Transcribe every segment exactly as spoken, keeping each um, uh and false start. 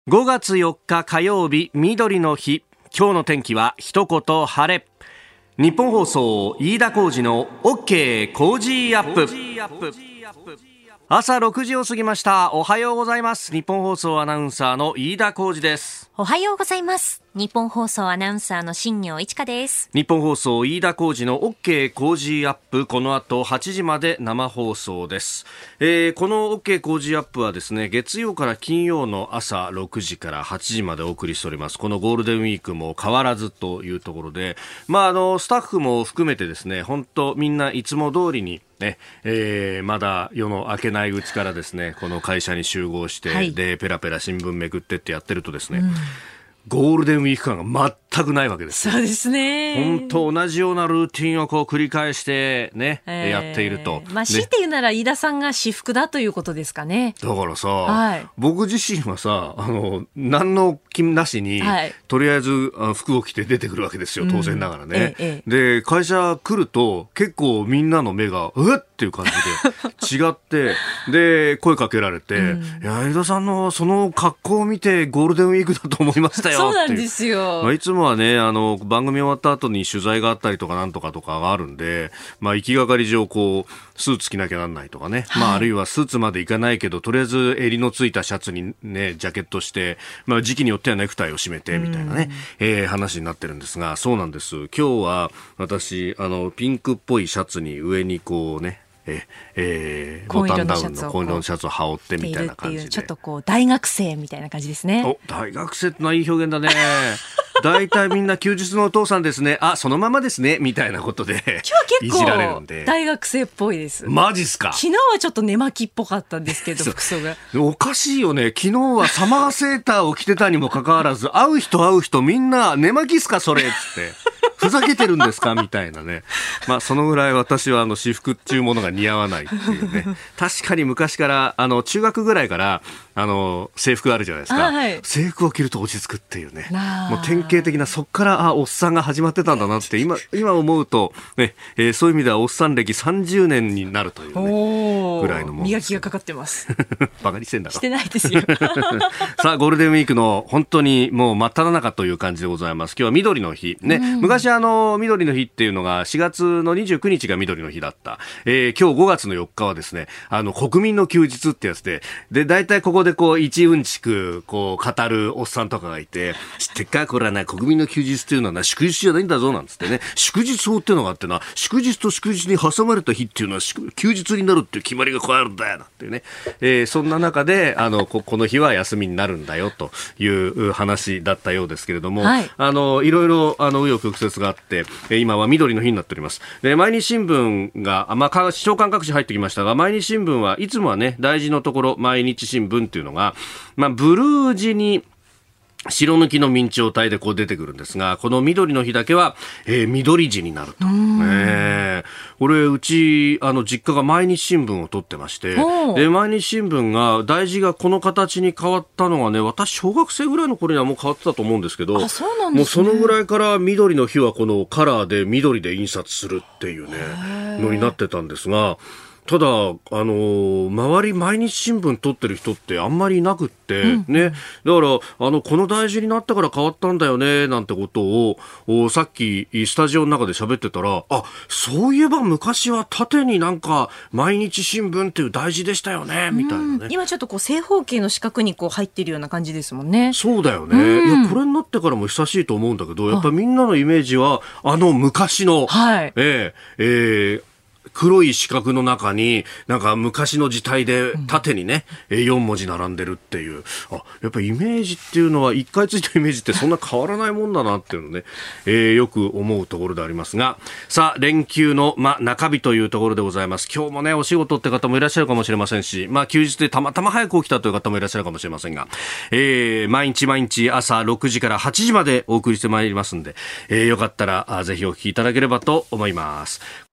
ごがつよっか火曜日、みどりの日。今日の天気は一言晴れ。日本放送飯田浩司の OK 工事アップ。朝ろくじを過ぎました。おはようございます。日本放送アナウンサーの飯田浩司です。 おはようございます。日本放送アナウンサーの新業一華です。 日本放送飯田浩司の OK 工事アップ、この後はちじまで生放送です。えー、この OK 工事アップはですね、月曜から金曜の朝ろくじからはちじまでお送りしております。このゴールデンウィークも変わらずというところで、まああのスタッフも含めてですね、本当みんないつも通りにね、えー、まだ夜の明けないうちからですね、この会社に集合して、はい、でペラペラ新聞めくってってやってるとですね、うん、ゴールデンウィーク感が全くないわけです。 そうですね。 本当同じようなルーティンをこう繰り返してね、えー、やっていると。 まあ強いて言うなら飯田さんが私服だということですかね。 だからさ、 はい、 僕自身はさ、あの何の気なしに、はい、とりあえず服を着て出てくるわけですよ、当然ながらね、うんええ、で会社来ると結構みんなの目がうっっていう感じで違ってで声かけられて、うん、いや飯田さんのその格好を見てゴールデンウィークだと思いましたよっていう。 そうなんですよ、 まあ、いつもはね、あの番組終わった後に取材があったりとかなんとかとかがあるんで、まあ、行きがかり上こうスーツ着なきゃなんないとかね、はい、まあ、あるいはスーツまでいかないけどとりあえず襟のついたシャツにねジャケットして、まあ、時期によってはネクタイを締めてみたいなね、えー、話になってるんですが、そうなんです。今日は私あのピンクっぽいシャツに上にこうねええー、ボタンダウンの紺色のシャツを羽織ってみたいな感じで、 ちょっとこう大学生みたいな感じですね。 お、大学生ってのはいい表現だね。大体みんな休日のお父さんですね、あ、そのままですねみたいなことでいじられるんで、 今日は結構大学生っぽいです。 マジっすか。 昨日はちょっと寝巻きっぽかったんですけど服装がおかしいよね。昨日はサマーセーターを着てたにもかかわらず会う人会う人みんな寝巻きっすかそれっつってふざけてるんですかみたいなね。まあそのぐらい私はあの私服っていうものが似合わないっていうね。確かに昔からあの中学ぐらいからあの制服あるじゃないですか、はい、制服を着ると落ち着くっていうね、もう典型的な、そっからあおっさんが始まってたんだなって今今思うと、ねえー、そういう意味ではおっさん歴さんじゅうねんになるという、ね、ぐらいのもんです。 磨きがかかってますバカにしてんだろ。 してないですよさあゴールデンウィークの本当にもう真っ只中という感じでございます。今日は緑の日、ね、昔あの緑の日っていうのがしがつのにじゅうくにちが緑の日だった、えー、今日ごがつのよっかはですね、あの国民の休日ってやつで、で大体ここでこう一うんちくこう語るおっさんとかがいて、知ってっかこれはな国民の休日っていうのはな祝日じゃないんだぞなんつってね、祝日法っていうのがあってな、祝日と祝日に挟まれた日っていうのは休日になるっていう決まりがこうあるんだよなっていうね、えー、そんな中であの こ, この日は休みになるんだよという話だったようですけれども、はい、あのいろいろあの紆余曲折があって今は緑の日になっております。で毎日新聞が、まあ、市長官各紙入ってきましたが、毎日新聞はいつもはね大事のところ毎日新聞っていうのが、まあ、ブルー地に白抜きの明朝体でこう出てくるんですが、この緑の日だけは、えー、緑地になると、えー、これうちあの実家が毎日新聞を取ってまして、で毎日新聞が大字がこの形に変わったのがね、私小学生ぐらいの頃にはもう変わってたと思うんですけど、 あ、そうなんですね、 もうそのぐらいから緑の日はこのカラーで緑で印刷するっていうねのになってたんですが、ただ、あのー、周り毎日新聞撮ってる人ってあんまりいなくって、うんね、だからあのこの大事になったから変わったんだよねなんてことをさっきスタジオの中で喋ってたら、あ、そういえば昔は縦になんか毎日新聞っていう大事でしたよねみたいなね。 今ちょっとこう正方形の四角にこう入ってるような感じですもんね。 そうだよね。いやこれになってからも久しいと思うんだけど、やっぱりみんなのイメージはあの昔の、はい、えーえー黒い四角の中になんか昔の字体で縦にね、うん、よんもじ並んでるっていう、あ、やっぱりイメージっていうのはいっかいついたイメージってそんな変わらないもんだなっていうのね、えー、よく思うところでありますが、さあ連休の、ま、中日というところでございます。今日もねお仕事って方もいらっしゃるかもしれませんし、まあ、休日でたまたま早く起きたという方もいらっしゃるかもしれませんが、えー、毎日毎日朝ろくじからはちじまでお送りしてまいりますんで、えー、よかったらぜひお聞きいただければと思います。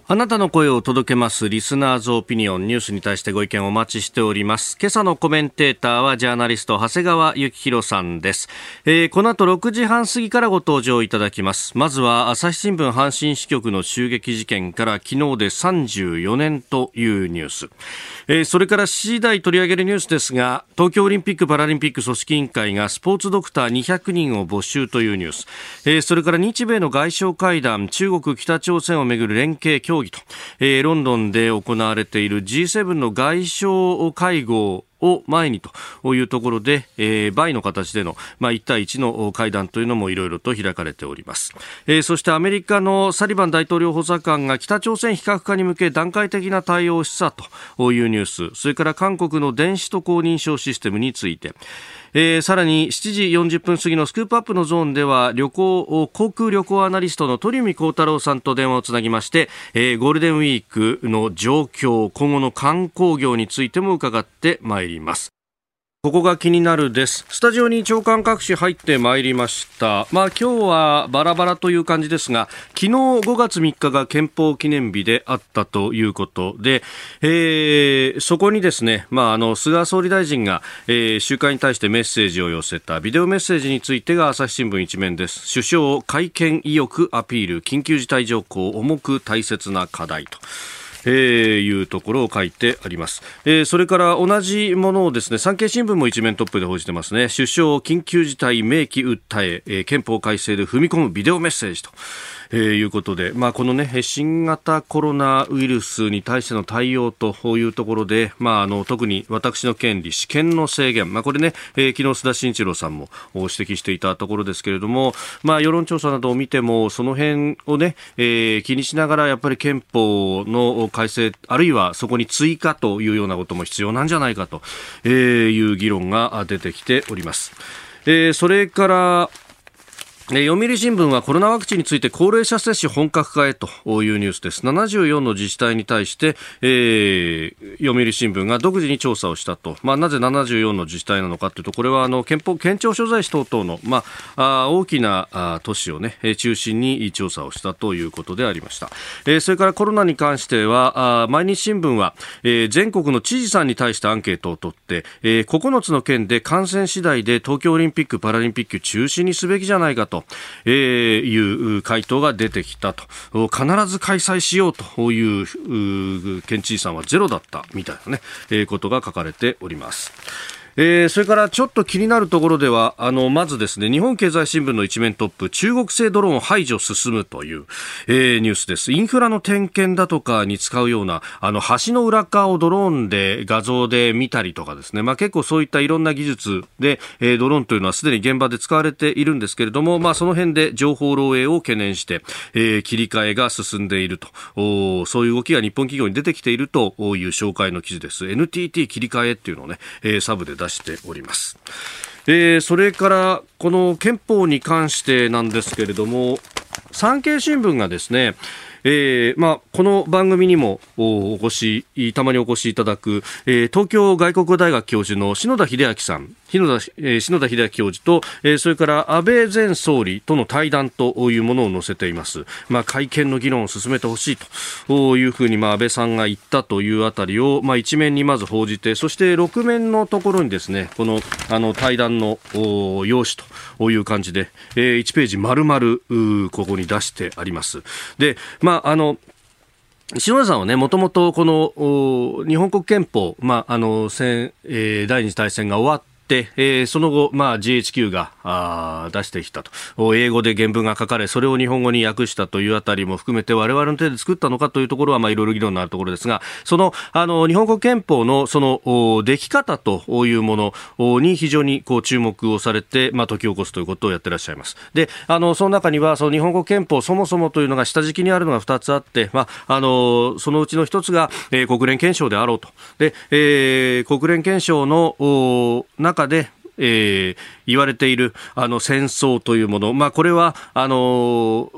あなたの声を届けますリスナーズオピニオン、ニュースに対してご意見をお待ちしております。今朝のコメンテーターはジャーナリスト長谷川幸宏さんです。えー、この後ろくじはん過ぎからご登場いただきます。まずは朝日新聞阪神支局の襲撃事件から昨日でさんじゅうよねんというニュース、えー、それからしちじ台取り上げるニュースですが、東京オリンピック・パラリンピック組織委員会がスポーツドクターにひゃくにんを募集というニュース、えー、それから日米の外相会談、中国北朝鮮をめぐる連携協議と、えー、ロンドンで行われている ジーセブン の外相会合を前にというところで、えー、バイの形での、まあ、いち対いちの会談というのもいろいろと開かれております。えー、そしてアメリカのサリバン大統領補佐官が北朝鮮非核化に向け段階的な対応を示唆というニュース、それから韓国の電子渡航認証システムについて、えー、さらにしちじよんじゅっぷん過ぎのスクープアップのゾーンでは旅行航空旅行アナリストの鳥海高太郎さんと電話をつなぎまして、えー、ゴールデンウィークの状況、今後の観光業についても伺ってまいります。ここが気になるです。スタジオに長官各紙入ってまいりました。まあ今日はバラバラという感じですが、昨日ごがつみっかが憲法記念日であったということで、えー、そこにですね、まああの菅総理大臣が、えー、集会に対してメッセージを寄せたビデオメッセージについてが朝日新聞一面です。首相会見意欲アピール、緊急事態条項重く大切な課題と。えー、いうところを書いてあります。えー、それから同じものをですね、産経新聞も一面トップで報じてますね。首相緊急事態明記訴え、えー、憲法改正で踏み込むビデオメッセージと。えー、いうことで、まあ、このね、新型コロナウイルスに対しての対応というところで、まあ、あの、特に私の権利、私権の制限、まあ、これね、えー、昨日須田慎一郎さんも指摘していたところですけれども、まあ、世論調査などを見ても、その辺をね、えー、気にしながら、やっぱり憲法の改正、あるいはそこに追加というようなことも必要なんじゃないかという議論が出てきております。えー、それから、読売新聞はコロナワクチンについて高齢者接種本格化へというニュースです。ななじゅうよんの自治体に対して、えー、読売新聞が独自に調査をしたと。まあ、なぜななじゅうよんの自治体なのかというと、これはあの憲法県庁所在地等々の、まあ、あ大きなあ都市をね中心に調査をしたということでありました。えー、それからコロナに関してはあ毎日新聞は、えー、全国の知事さんに対してアンケートを取って、えー、ここのつの県で感染次第で東京オリンピック・パラリンピック中止にすべきじゃないかとえー、いう回答が出てきたと。必ず開催しようという県知事さんはゼロだったみたいなね、えー、ことが書かれております。えー、それからちょっと気になるところではあのまずですね、日本経済新聞の一面トップ、中国製ドローン排除進むという、えー、ニュースです。インフラの点検だとかに使うようなあの橋の裏側をドローンで画像で見たりとかですね、まあ、結構そういったいろんな技術で、えー、ドローンというのはすでに現場で使われているんですけれども、まあ、その辺で情報漏洩を懸念して、えー、切り替えが進んでいると、おそういう動きが日本企業に出てきているという紹介の記事です。 エヌティーティー 切り替えっていうのをね、えー、サブで出しております。えー、それからこの憲法に関してなんですけれども、産経新聞がですね、えーまあ、この番組にもお越したまにお越しいただく、えー、東京外国語大学教授の篠田秀明さん、篠田、えー、篠田秀明教授と、えー、それから安倍前総理との対談というものを載せています。まあ、改憲の議論を進めてほしいというふうに、まあ、安倍さんが言ったというあたりを、まあ、一面にまず報じて、そしてろく面のところにですね、この、あの対談の用紙という感じで、えー、いちページ丸々ここに出してあります。で、まあ、あの篠田さんはね、もともとこの日本国憲法、まあ、あの戦、えー、第二次大戦が終わってでえー、その後、まあ、ジーエイチキュー があ出してきたと、英語で原文が書かれ、それを日本語に訳したというあたりも含めて、我々の手で作ったのかというところは、まあ、いろいろ議論のあるところですが、その、あの日本国憲法のその出来方というものに非常にこう注目をされて、まあ、解き起こすということをやってらっしゃいます。で、あのその中にはその日本国憲法そもそもというのが下敷きにあるのがふたつあって、まあ、あのそのうちのひとつが、えー、国連憲章であろうと。で、えー、国連憲章の中でえー、言われているあの戦争というもの、まあ、これはあの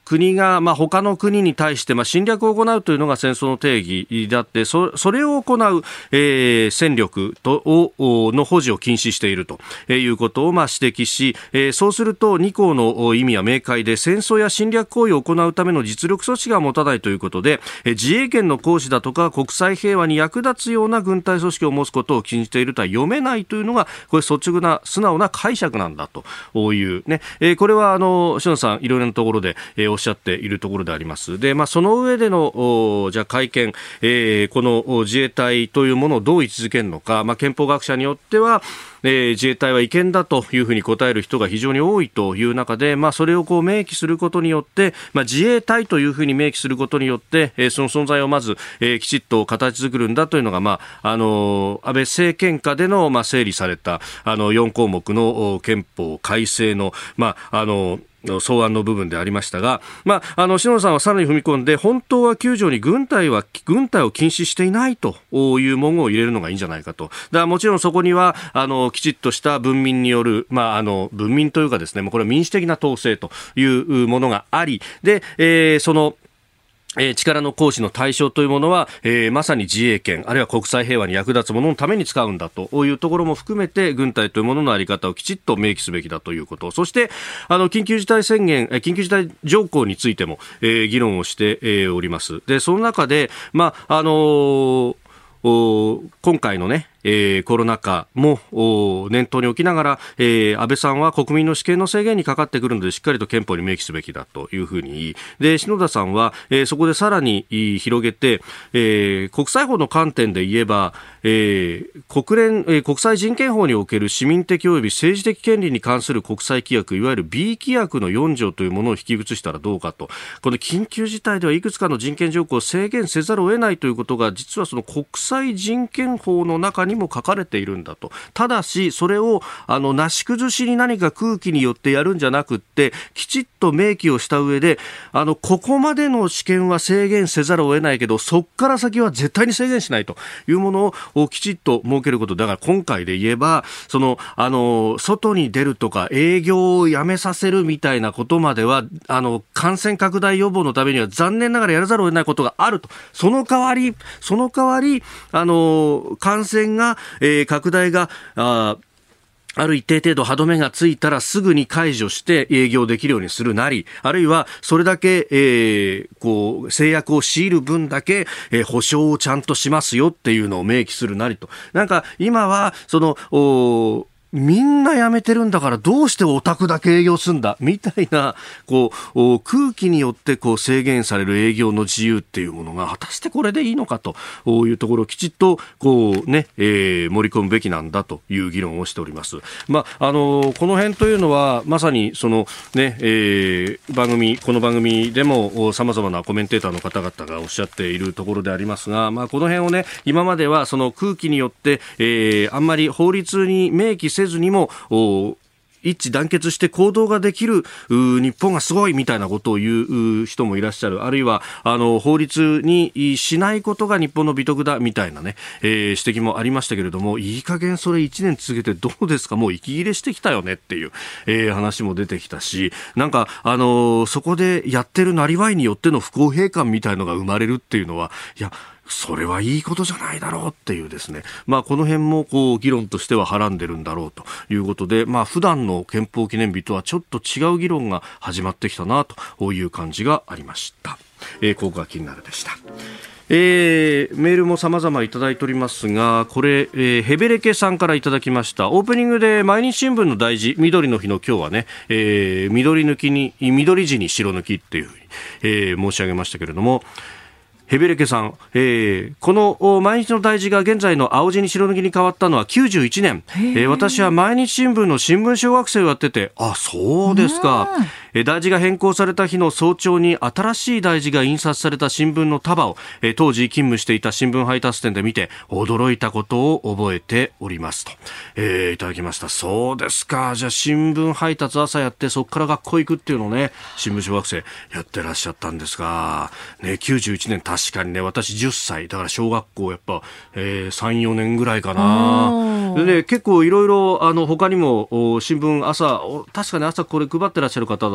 国が、まあ、他の国に対して、まあ、侵略を行うというのが戦争の定義であって、そ、それを行う、えー、戦力とをの保持を禁止しているということを、まあ、指摘し、えー、そうするとに項の意味は明快で、戦争や侵略行為を行うための実力措置が持たないということで、えー、自衛権の行使だとか国際平和に役立つような軍隊組織を持つことを禁じているとは読めないというのが、これ率直な素直な解釈なんだというね、えー、これはあの篠田さんいろいろなところで、えー、おっしゃっているところであります。で、まあ、その上でのじゃあ会見、えー、この自衛隊というものをどう位置づけるのか、まあ、憲法学者によっては、えー、自衛隊は違憲だというふうに答える人が非常に多いという中で、まあ、それをこう明記することによって、まあ、自衛隊というふうに明記することによって、えー、その存在をまず、えー、きちっと形作るんだというのが、まああのー、安倍政権下での、まあ、整理されたあのよん項目の憲法改正の、まああのー草案の部分でありましたが、まあ、あの篠田さんはさらに踏み込んで、本当はきゅう条に軍隊は軍隊を禁止していないという文言を入れるのがいいんじゃないかと。だからもちろんそこにはあのきちっとした文民による、まあ、あの文民というかですね、これは民主的な統制というものがあり、で、えー、そのえー、力の行使の対象というものは、えー、まさに自衛権あるいは国際平和に役立つもののために使うんだというところも含めて、軍隊というものの在り方をきちっと明記すべきだということ、そしてあの緊急事態宣言、緊急事態条項についても、えー、議論をして、えー、おります。で、その中で、まああのー今回のね、えー、コロナ禍も念頭に置きながら、えー、安倍さんは国民の私権の制限にかかってくるのでしっかりと憲法に明記すべきだというふうに言い、で篠田さんは、えー、そこでさらに広げて、えー、国際法の観点で言えば、えー、国連、えー、国際人権法における市民的及び政治的権利に関する国際規約、いわゆる B 規約のよん条というものを引き移したらどうかと。この緊急事態ではいくつかの人権条項を制限せざるを得ないということが、実はその国際人権法の中ににも書かれているんだと。ただしそれをあのなし崩しに何か空気によってやるんじゃなくって、きちっと明記をした上で、あのここまでの私権は制限せざるを得ないけど、そこから先は絶対に制限しないというものをきちっと設けること。だから今回で言えば、そのあの外に出るとか営業をやめさせるみたいなことまでは、あの感染拡大予防のためには残念ながらやらざるを得ないことがあると。その代わりその代わりあの感染ががえー、拡大があある一定程度歯止めがついたらすぐに解除して営業できるようにするなり、あるいはそれだけ、えー、こう制約を強いる分だけ、えー、保証をちゃんとしますよっていうのを明記するなりと。なんか今はそのおみんな辞めてるんだからどうしてオタクだけ営業するんだみたいなこう空気によってこう制限される営業の自由っていうものが果たしてこれでいいのかというところをきちっとこう、ねえー、盛り込むべきなんだという議論をしております。まあ、あのこの辺というのはまさにその、ねえー、番組この番組でも様々なコメンテーターの方々がおっしゃっているところでありますが、まあ、この辺をね今まではその空気によって、えー、あんまり法律に明記せずにも一致団結して行動ができる日本がすごいみたいなことを言う人もいらっしゃる。あるいはあの法律にしないことが日本の美徳だみたいなね、えー、指摘もありましたけれども、いい加減それいちねん続けてどうですか、もう息切れしてきたよねっていう、えー、話も出てきたし、なんかあのー、そこでやってるなりわいによっての不公平感みたいのが生まれるっていうのは、いやそれはいいことじゃないだろうっていうですね、まあ、この辺もこう議論としてははらんでるんだろうということで、まあ、普段の憲法記念日とはちょっと違う議論が始まってきたなという感じがありました。えー、ここが気になるでした。えー、メールも様々いただいておりますが、これ、えー、ヘベレケさんからいただきました。オープニングで毎日新聞の大事、緑の日の今日はね、えー、緑抜きに緑地に白抜きっていうふうに、えー、申し上げましたけれども、ヘベレケさん、えー、この毎日の大事が現在の青地に白抜きに変わったのはきゅうじゅういちねん、えー、私は毎日新聞の新聞小学生をやってて、あ、そうですか。えー、大事が変更された日の早朝に新しい大事が印刷された新聞の束を、えー、当時勤務していた新聞配達店で見て驚いたことを覚えておりますと、えー、いただきました。そうですか。じゃあ新聞配達朝やってそこから学校行くっていうのをね、新聞小学生やってらっしゃったんですが、ね、きゅうじゅういちねん確かにね、私じゅっさいだから小学校やっぱ、えー、さん、よねんぐらいかな。で、ね、結構いろいろあの他にも新聞朝確かに朝これ配ってらっしゃる方だ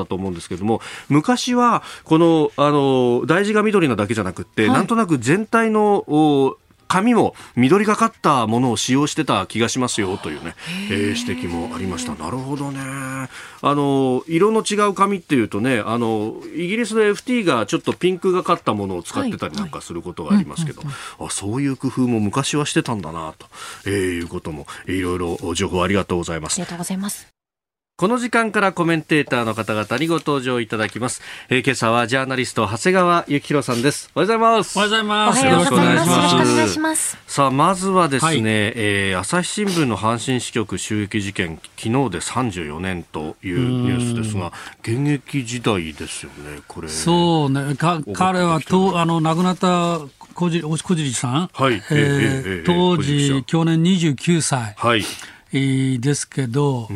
だと思うんですけども、昔はこの、あの大事が緑なだけじゃなくって、はい、なんとなく全体の紙も緑がかったものを使用してた気がしますよというね、えー、指摘もありました。なるほどね。あの色の違う紙っていうとね、あのイギリスの エフティー がちょっとピンクがかったものを使ってたりなんかすることがありますけど、あ、そういう工夫も昔はしてたんだなと、えー、いうこともいろいろ情報ありがとうございます。 ありがとうございます。 この時間からコメンテーターの方々にご登場いただきます。えー、今朝はジャーナリスト長谷川幸宏さんです。おはようございます。 おはようございます。 よろしくお願いします。よろしくお願いします。 さあ、まずはですね、はい、えー、朝日新聞の阪神支局襲撃事件、昨日でさんじゅうよねんというニュースですが、現役時代ですよね、これ。 そうね、か彼はとあの亡くなった小尻小尻さん、 はい、 えーえー、当時去年にじゅうきゅうさい、 はいですけど、うん、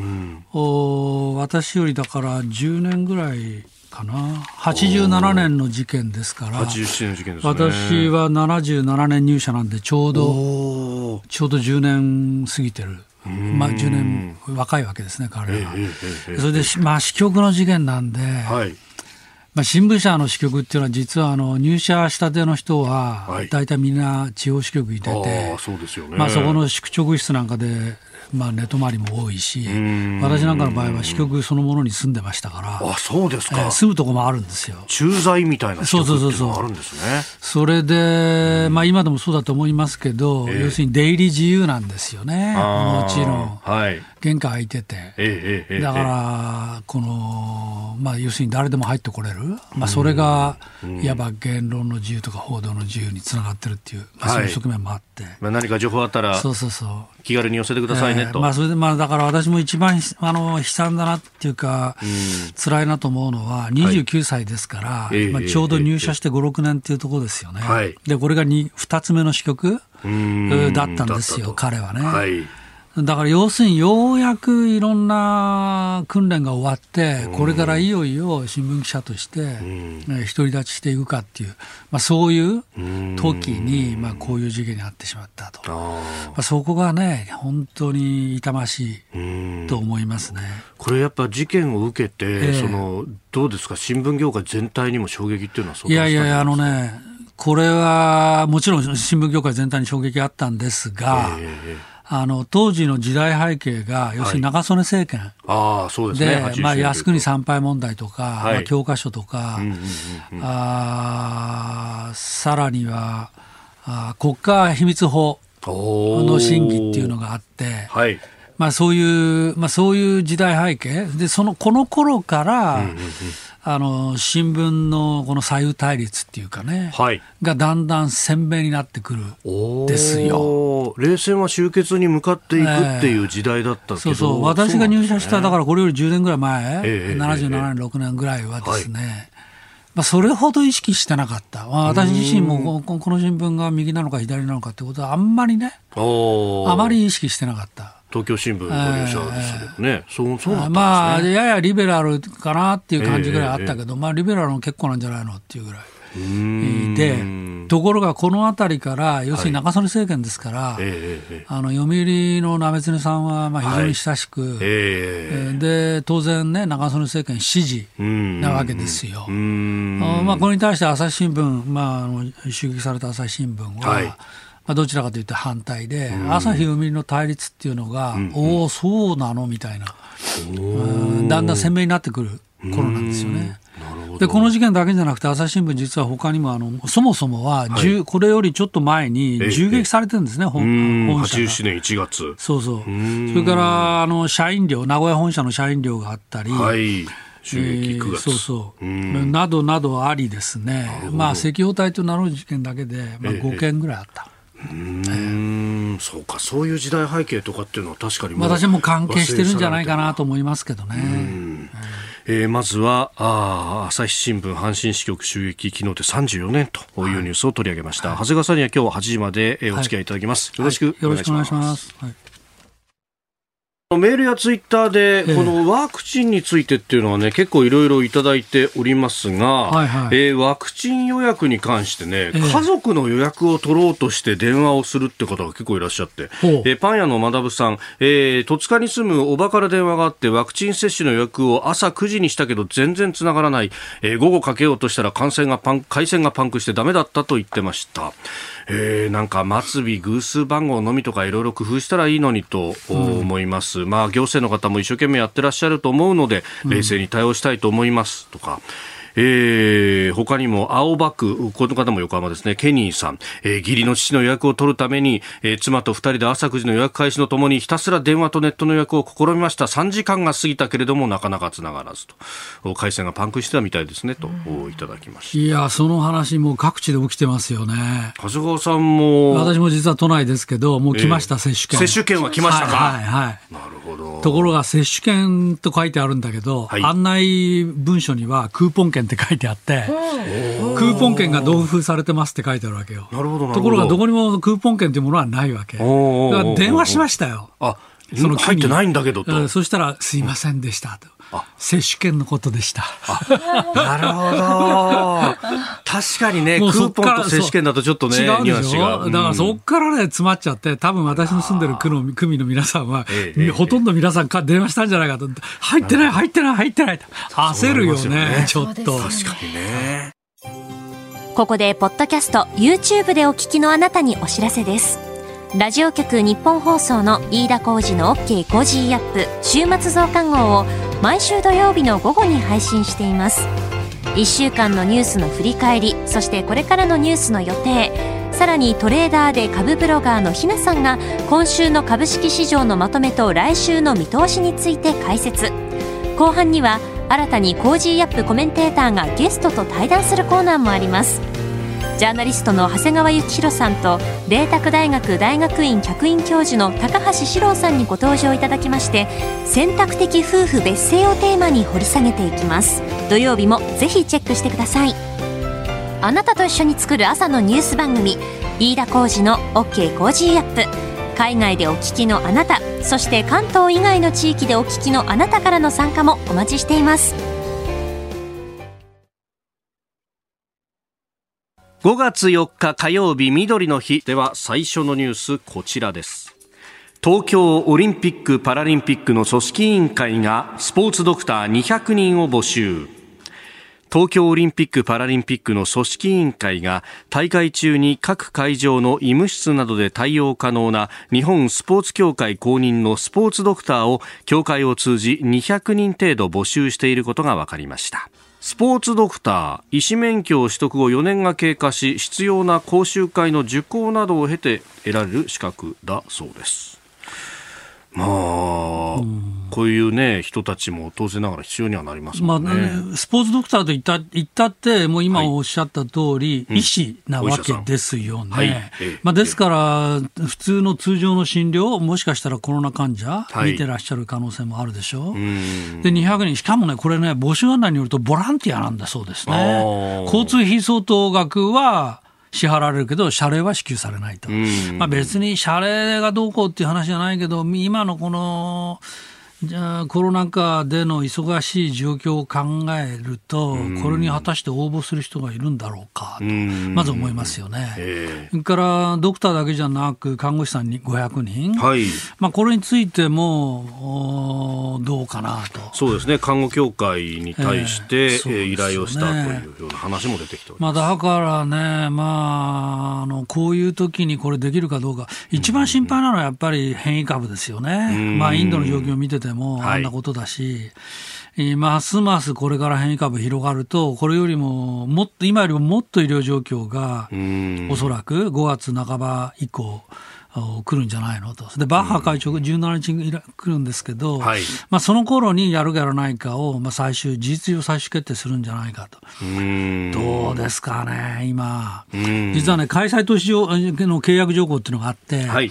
お私よりだからじゅうねんぐらいかな。はちじゅうななねんの事件ですから、 はちじゅうななねんの事件ですね。 私はななじゅうななねん入社なんでちょうどちょうどじゅうねん過ぎてる、まあ、じゅうねん若いわけですね、彼は。えーえーえー、それで、まあ、支局の事件なんで、はい、まあ、新聞社の支局っていうのは実はあの入社したての人は大体みんな地方支局いてて、 はい、あ、そうですよね。 まあ、そこの宿直室なんかでまあ、寝泊まりも多いし、私なんかの場合は支局そのものに住んでましたから。 あ、そうですか。 えー、住むとこもあるんですよ。 駐在みたいな支局っていうのがあるんですね。 そうそうそうそう。それで、まあ、今でもそうだと思いますけど、えー、要するに出入り自由なんですよね。もちろん、はい、玄関開いてて、えーえー、だからこの、まあ、要するに誰でも入ってこれる、まあ、それがいわば言論の自由とか報道の自由につながってるっていう、まあ、そういう側面もあって、はい、 まあ、何か情報あったらそうそうそう気軽に寄せてくださいねと、 えーまあ、それでまあだから私も一番あの悲惨だなっていうか、うん、辛いなと思うのはにじゅうきゅうさいですから、はい、まあ、ちょうど入社してご、ろくねんっていうところですよね、はい、でこれが 2, 2つ目の支局だったんですよ、彼はね、はい、だから要するにようやくいろんな訓練が終わってこれからいよいよ新聞記者として独り立ちしていくかっていう、まあ、そういう時にまあこういう事件に遭ってしまったと、まあ、そこがね本当に痛ましいと思いますね。 これやっぱ事件を受けて、えー、そのどうですか、新聞業界全体にも衝撃っていうのはそうですか。 いやいやあのね、これはもちろん新聞業界全体に衝撃あったんですが、えーあの当時の時代背景が要するに中曽根政権、 はい、あ、そうですね、 で、まあ、靖国参拝問題とか、はい、まあ、教科書とか、うんうんうんうん、あさらにはあ国家秘密法の審議っていうのがあって、はい、まあ、そういう、まあ、そういう時代背景で、そのこの頃から、うんうんうん、あの新聞のこの左右対立っていうかね、はい、がだんだん鮮明になってくるんですよ。 冷戦は終結に向かっていくっていう時代だったけど、えー、そうそう、 私が入社した、だからこれよりじゅうねんぐらい前、えー、ななじゅうななねん、ろくねんぐらいはですね、はい、まあ、それほど意識してなかった、まあ、私自身もこの新聞が右なのか左なのかってことはあんまりね、あまり意識してなかった。 東京新聞の入社ですけどね、えー、そうそうなんですね。 まあ、ややリベラルかなっていう感じぐらいあったけど、えーえーまあ、リベラルも結構なんじゃないのっていうぐらいで、ところがこのあたりから要するに中曽根政権ですから、はい、えー、あの読売の鍋常さんはまあ非常に親しく、はい、えー、で当然ね中曽根政権支持なわけですよ。あまあ、これに対して朝日新聞、まあ、あの襲撃された朝日新聞は、はい、まあ、どちらかというと反対で、朝日読売の対立っていうのが、うん、おおそうなのみたいな、うん、だんだん鮮明になってくる頃なんですよね。でこの事件だけじゃなくて朝日新聞実は他にもあのそもそもは、はい、これよりちょっと前に銃撃されてるんですね、本社が。はちじゅうななねんいちがつ、 そうそう、それからあの社員寮、名古屋本社の社員寮があったり、はい、 襲撃くがつ、 えー、そうそうなどなどありですね、まあ、赤報隊と名乗る事件だけで、まあ、ごけんぐらいあった。 うーん、そうか、そういう時代背景とかっていうのは確かにも私も関係してるんじゃないかなと思いますけどね。うん、 えー、まずはあ朝日新聞阪神支局襲撃昨日でさんじゅうよねんというニュースを取り上げました、はい、長谷川さんには今日ははちじまでお付き合いいただきます、はい、よろしくお願いします。 よろしくお願いします。はい。 メールやツイッターでこのワクチンについてっていうのはね、結構いろいろいただいておりますが、はいはい、えー、ワクチン予約に関してね、えー、家族の予約を取ろうとして電話をするって方が結構いらっしゃって、えー、パン屋のまだぶさん、えー、戸塚に住むおばから電話があってワクチン接種の予約を朝くじにしたけど全然つながらない、えー、午後かけようとしたら回線がパン回線がパンクしてダメだったと言ってました。えー、なんか末尾偶数番号のみとかいろいろ工夫したらいいのにと思います、うん、まあ行政の方も一生懸命やってらっしゃると思うので冷静に対応したいと思いますとか、えー、他にも青葉区、この方も横浜ですね、ケニーさん、えー、義理の父の予約を取るために、えー、妻とふたりで朝くじの予約開始とともにひたすら電話とネットの予約を試みました。さんじかんが過ぎたけれどもなかなかつながらずと、回線がパンクしてたみたいですねといただきました。 いや、その話も各地で起きてますよね。 長谷川さんも。 私も実は都内ですけど、もう来ました、えー、接種券。 接種券は来ましたか。 はいはいはい、 なるほど。 ところが接種券と書いてあるんだけど、はい、案内文書にはクーポン券って書いてあって、クーポン券が同封されてますって書いてあるわけよ。 なるほどなるほど。 ところがどこにもクーポン券というものはないわけ。だから電話しましたよ。 あ、その入ってないんだけどと。 そしたらすいませんでしたと。あ、接種券のことでした。 なるほど。確かにね、クーポンと接種券だとちょっとね、 違うでしょ。 うん、 だからそこからね、詰まっちゃって、多分私の住んでる区の組の皆さんは、ええ、ほとんど皆さんか電話したんじゃないかと。入ってない、入ってない、入ってない。焦るよね、ねちょっと。 確かにね。 ここでポッドキャスト YouTube でお聞きのあなたにお知らせです。ラジオ局日本放送の飯田浩司の OK コージーアップ週末増刊号を毎週土曜日の午後に配信しています。いっしゅうかんのニュースの振り返り、そしてこれからのニュースの予定、さらにトレーダーで株ブロガーのひなさんが今週の株式市場のまとめと来週の見通しについて解説。後半には新たにコージーアップコメンテーターがゲストと対談するコーナーもあります。ジャーナリストの長谷川幸宏さんと麗澤大学大学院客員教授の高橋史郎さんにご登場いただきまして、選択的夫婦別姓をテーマに掘り下げていきます。土曜日もぜひチェックしてください。あなたと一緒に作る朝のニュース番組、飯田浩司の OK コージーアップ。海外でお聞きのあなた、そして関東以外の地域でお聞きのあなたからの参加もお待ちしています。 ごがつよっか火曜日、緑の日では最初のニュースこちらです。東京オリンピック・パラリンピックの組織委員会がスポーツドクターにひゃくにんを募集。東京オリンピック・パラリンピックの組織委員会が大会中に各会場の医務室などで対応可能な日本スポーツ協会公認のスポーツドクターを協会を通じにひゃくにん程度募集していることが分かりました。スポーツドクター、医師免許を取得後よねんが経過し、必要な講習会の受講などを経て得られる資格だそうです。まあ、うん、こういうね人たちも当然ながら必要にはなりますもんね。 まあ、スポーツドクターと言った、言ったってもう今おっしゃった通り、はい、医師なわけですよね。はい、まあ、ですから普通の通常の診療、もしかしたらコロナ患者見てらっしゃる可能性もあるでしょう。はい、でにひゃくにん、しかもねこれね募集案内によるとボランティアなんだそうですね。交通費相当額は支払われるけど謝礼は支給されないと、まあ、別に謝礼がどうこうっていう話じゃないけど、今のこのじゃあコロナ禍での忙しい状況を考えると、これに果たして応募する人がいるんだろうかとまず思いますよね。それからドクターだけじゃなく看護師さんにごひゃくにん、はい、まあ、これについてもどうかなと。 そうですね、看護協会に対して、えーね、依頼をしたというような話も出てきております。 まあ、だからね、まあ、あのこういう時にこれできるかどうか、一番心配なのはやっぱり変異株ですよね。まあ、インドの状況を見ててもあんなことだし、はい、ますますこれから変異株広がると、これよりももっと今よりももっと医療状況がおそらくごがつなかば以降来るんじゃないのと。でバッハ会長じゅうしちにちに来るんですけど、はい、まあ、その頃にやるかやらないかを、まあ、最終事実上最終決定するんじゃないかと。どうですかね今。実はね開催都市の契約条項っていうのがあって、はい、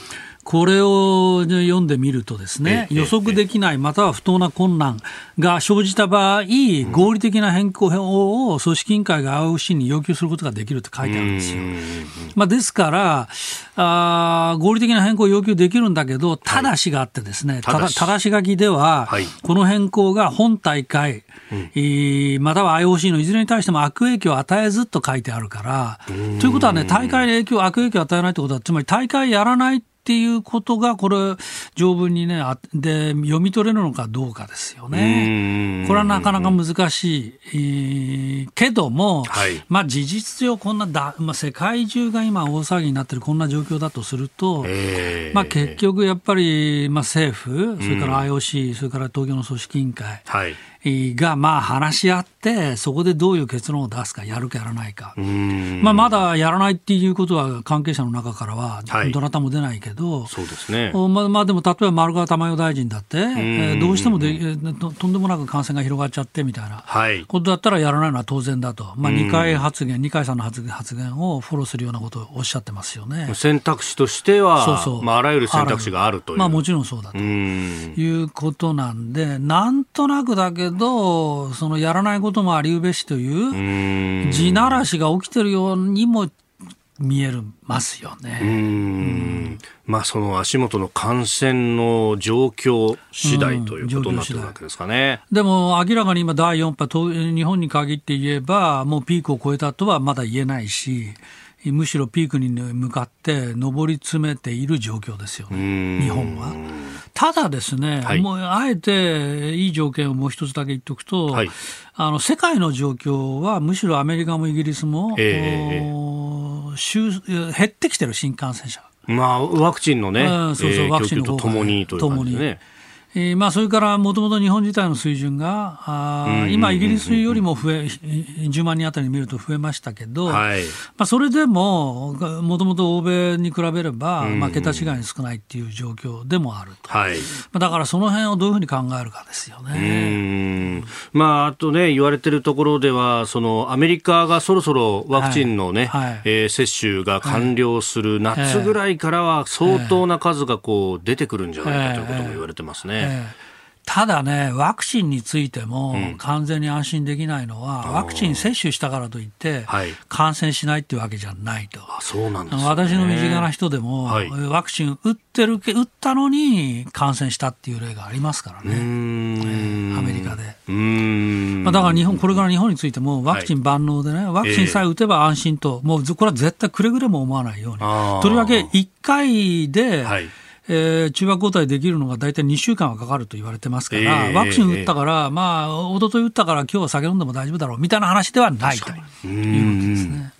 これを読んでみるとですね、予測できないまたは不当な困難が生じた場合、合理的な変更を組織委員会が アイオーシー に要求することができるって書いてあるんですよ。まあ、ですからあ合理的な変更を要求できるんだけど、ただしがあってですね、はい、ただ、ただし書きでは、はい、この変更が本大会、うん、または アイオーシー のいずれに対しても悪影響を与えずと書いてあるから、ということはね、大会に影響悪影響を与えないということは、つまり大会やらないっていうことがこれ条文にねで読み取れるのかどうかですよね。これはなかなか難しい、えー、けども、はい、まあ、事実上こんなだ、まあ、世界中が今大騒ぎになっているこんな状況だとすると、まあ、結局やっぱり、まあ、政府それから アイオーシー それから東京の組織委員会、はいがまあ話し合ってそこでどういう結論を出すか、やるかやらないか、まあ、まだやらないっていうことは関係者の中からはどなたも出ないけど、はい、そうですね、まあ、まあでも例えば丸川珠代大臣だって、えー、どうしてもでと, とんでもなく感染が広がっちゃってみたいなことだったらやらないのは当然だと、まあ、にかい発言二階さんの発言、発言をフォローするようなことをおっしゃってますよね。 選択肢としてはそうそう、まあ、あらゆる選択肢があるという、 まあ、もちろんそうだということなんで、なんとなくだけどそのやらないこともありうべしという地ならしが起きてるようにも見えますよね。うーん、 まあ、その足元の感染の状況次第ということになってるわけですかね。 でも明らかに今だいよん波、日本に限って言えばもうピークを超えたとはまだ言えないし、むしろピークに向かって上り詰めている状況ですよね、日本は。ただですね、はい、もうあえていい条件をもう一つだけ言っておくと、はい、あの世界の状況はむしろアメリカもイギリスも、えー、減ってきてる、新感染者、 まあ、ワクチンのね、うん、そうそう、ワクチンの方がともにという感じでね。 えーまあ、それからもともと日本自体の水準があ今イギリスよりも増えじゅうまんにんあたりに見ると増えましたけど、はい、まあ、それでももともと欧米に比べれば、まあ、桁違いに少ないっていう状況でもあると、はい、まあ、だからその辺をどういうふうに考えるかですよね。 うん、まあ、あとね言われているところではそのアメリカがそろそろワクチンのね、はいはい、えー、接種が完了する夏ぐらいからは相当な数がこう出てくるんじゃないかということも言われてますね。えーえーえーただね、ワクチンについても完全に安心できないのは、うん、ワクチン接種したからといって感染しないっていうわけじゃないと。 あ、そうなんですね。 私の身近な人でも、はい、ワクチン打ってる打ったのに感染したっていう例がありますからね、うーん、えー、アメリカで。うーん、まあ、だから日本、これから日本についてもワクチン万能でね、ワクチンさえ打てば安心と、もうこれは絶対くれぐれも思わないように。とりわけいっかいで、はい、えー、中和抗体できるのが大体にしゅうかんはかかると言われてますから、えー、ワクチン打ったから、えー、まあ一昨日打ったから今日は酒飲んでも大丈夫だろうみたいな話ではないということですね。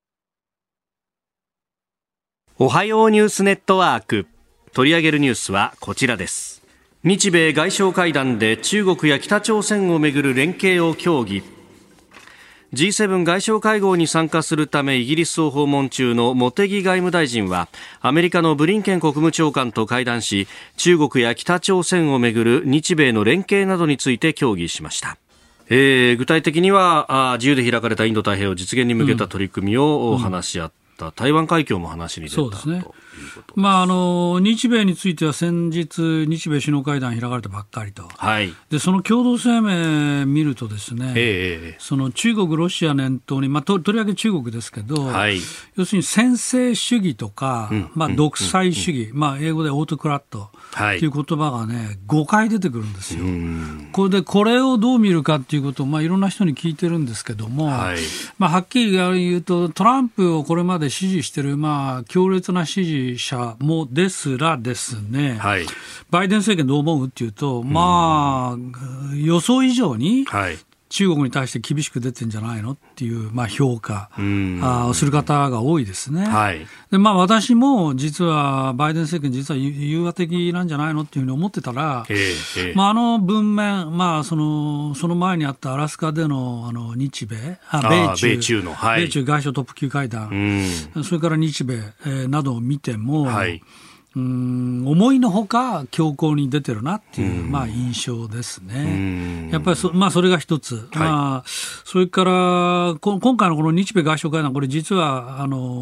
おはようニュースネットワーク、取り上げるニュースはこちらです。日米外相会談で中国や北朝鮮をめぐる連携を協議。ジーセブン 外相会合に参加するためイギリスを訪問中の茂木外務大臣はアメリカのブリンケン国務長官と会談し、中国や北朝鮮をめぐる日米の連携などについて協議しました。えー、具体的にはあ自由で開かれたインド太平洋実現に向けた取り組みを話し合った、うん、台湾海峡も話に出た。 そうですね。まあ、あの日米については先日日米首脳会談開かれたばっかりと、はい、でその共同声明見るとですね、えー、その中国ロシア念頭に、まあ、と, とりわけ中国ですけど、はい、要するに専制主義とか、うん、まあ、独裁主義、うん、まあ、英語でオートクラットという言葉がねごかい出てくるんですよ。これでこれをどう見るかということを、まあ、いろんな人に聞いてるんですけども、はい、まあ、はっきり言うとトランプをこれまで支持している、まあ、強烈な支持者もですらですね、はい、バイデン政権どう思うっていうと、まあ、予想以上に中国に対して厳しく出てるんじゃないのっていう、まあ、評価をする方が多いですね。はい、でまあ、私も実はバイデン政権実は融和的なんじゃないのっていうふうに思ってたら、えーえーまあ、あの文面、まあ、その、その前にあったアラスカでの、あの日米あ米中、米中の、はい、米中外相トップ級会談、それから日米、えー、などを見ても、はい、うーん思いのほか強硬に出てるなっていう、まあ、印象ですね。やっぱり そ,、まあ、それが一つ、はい、まあ、それからこ今回のこの日米外相会談、これ実はあの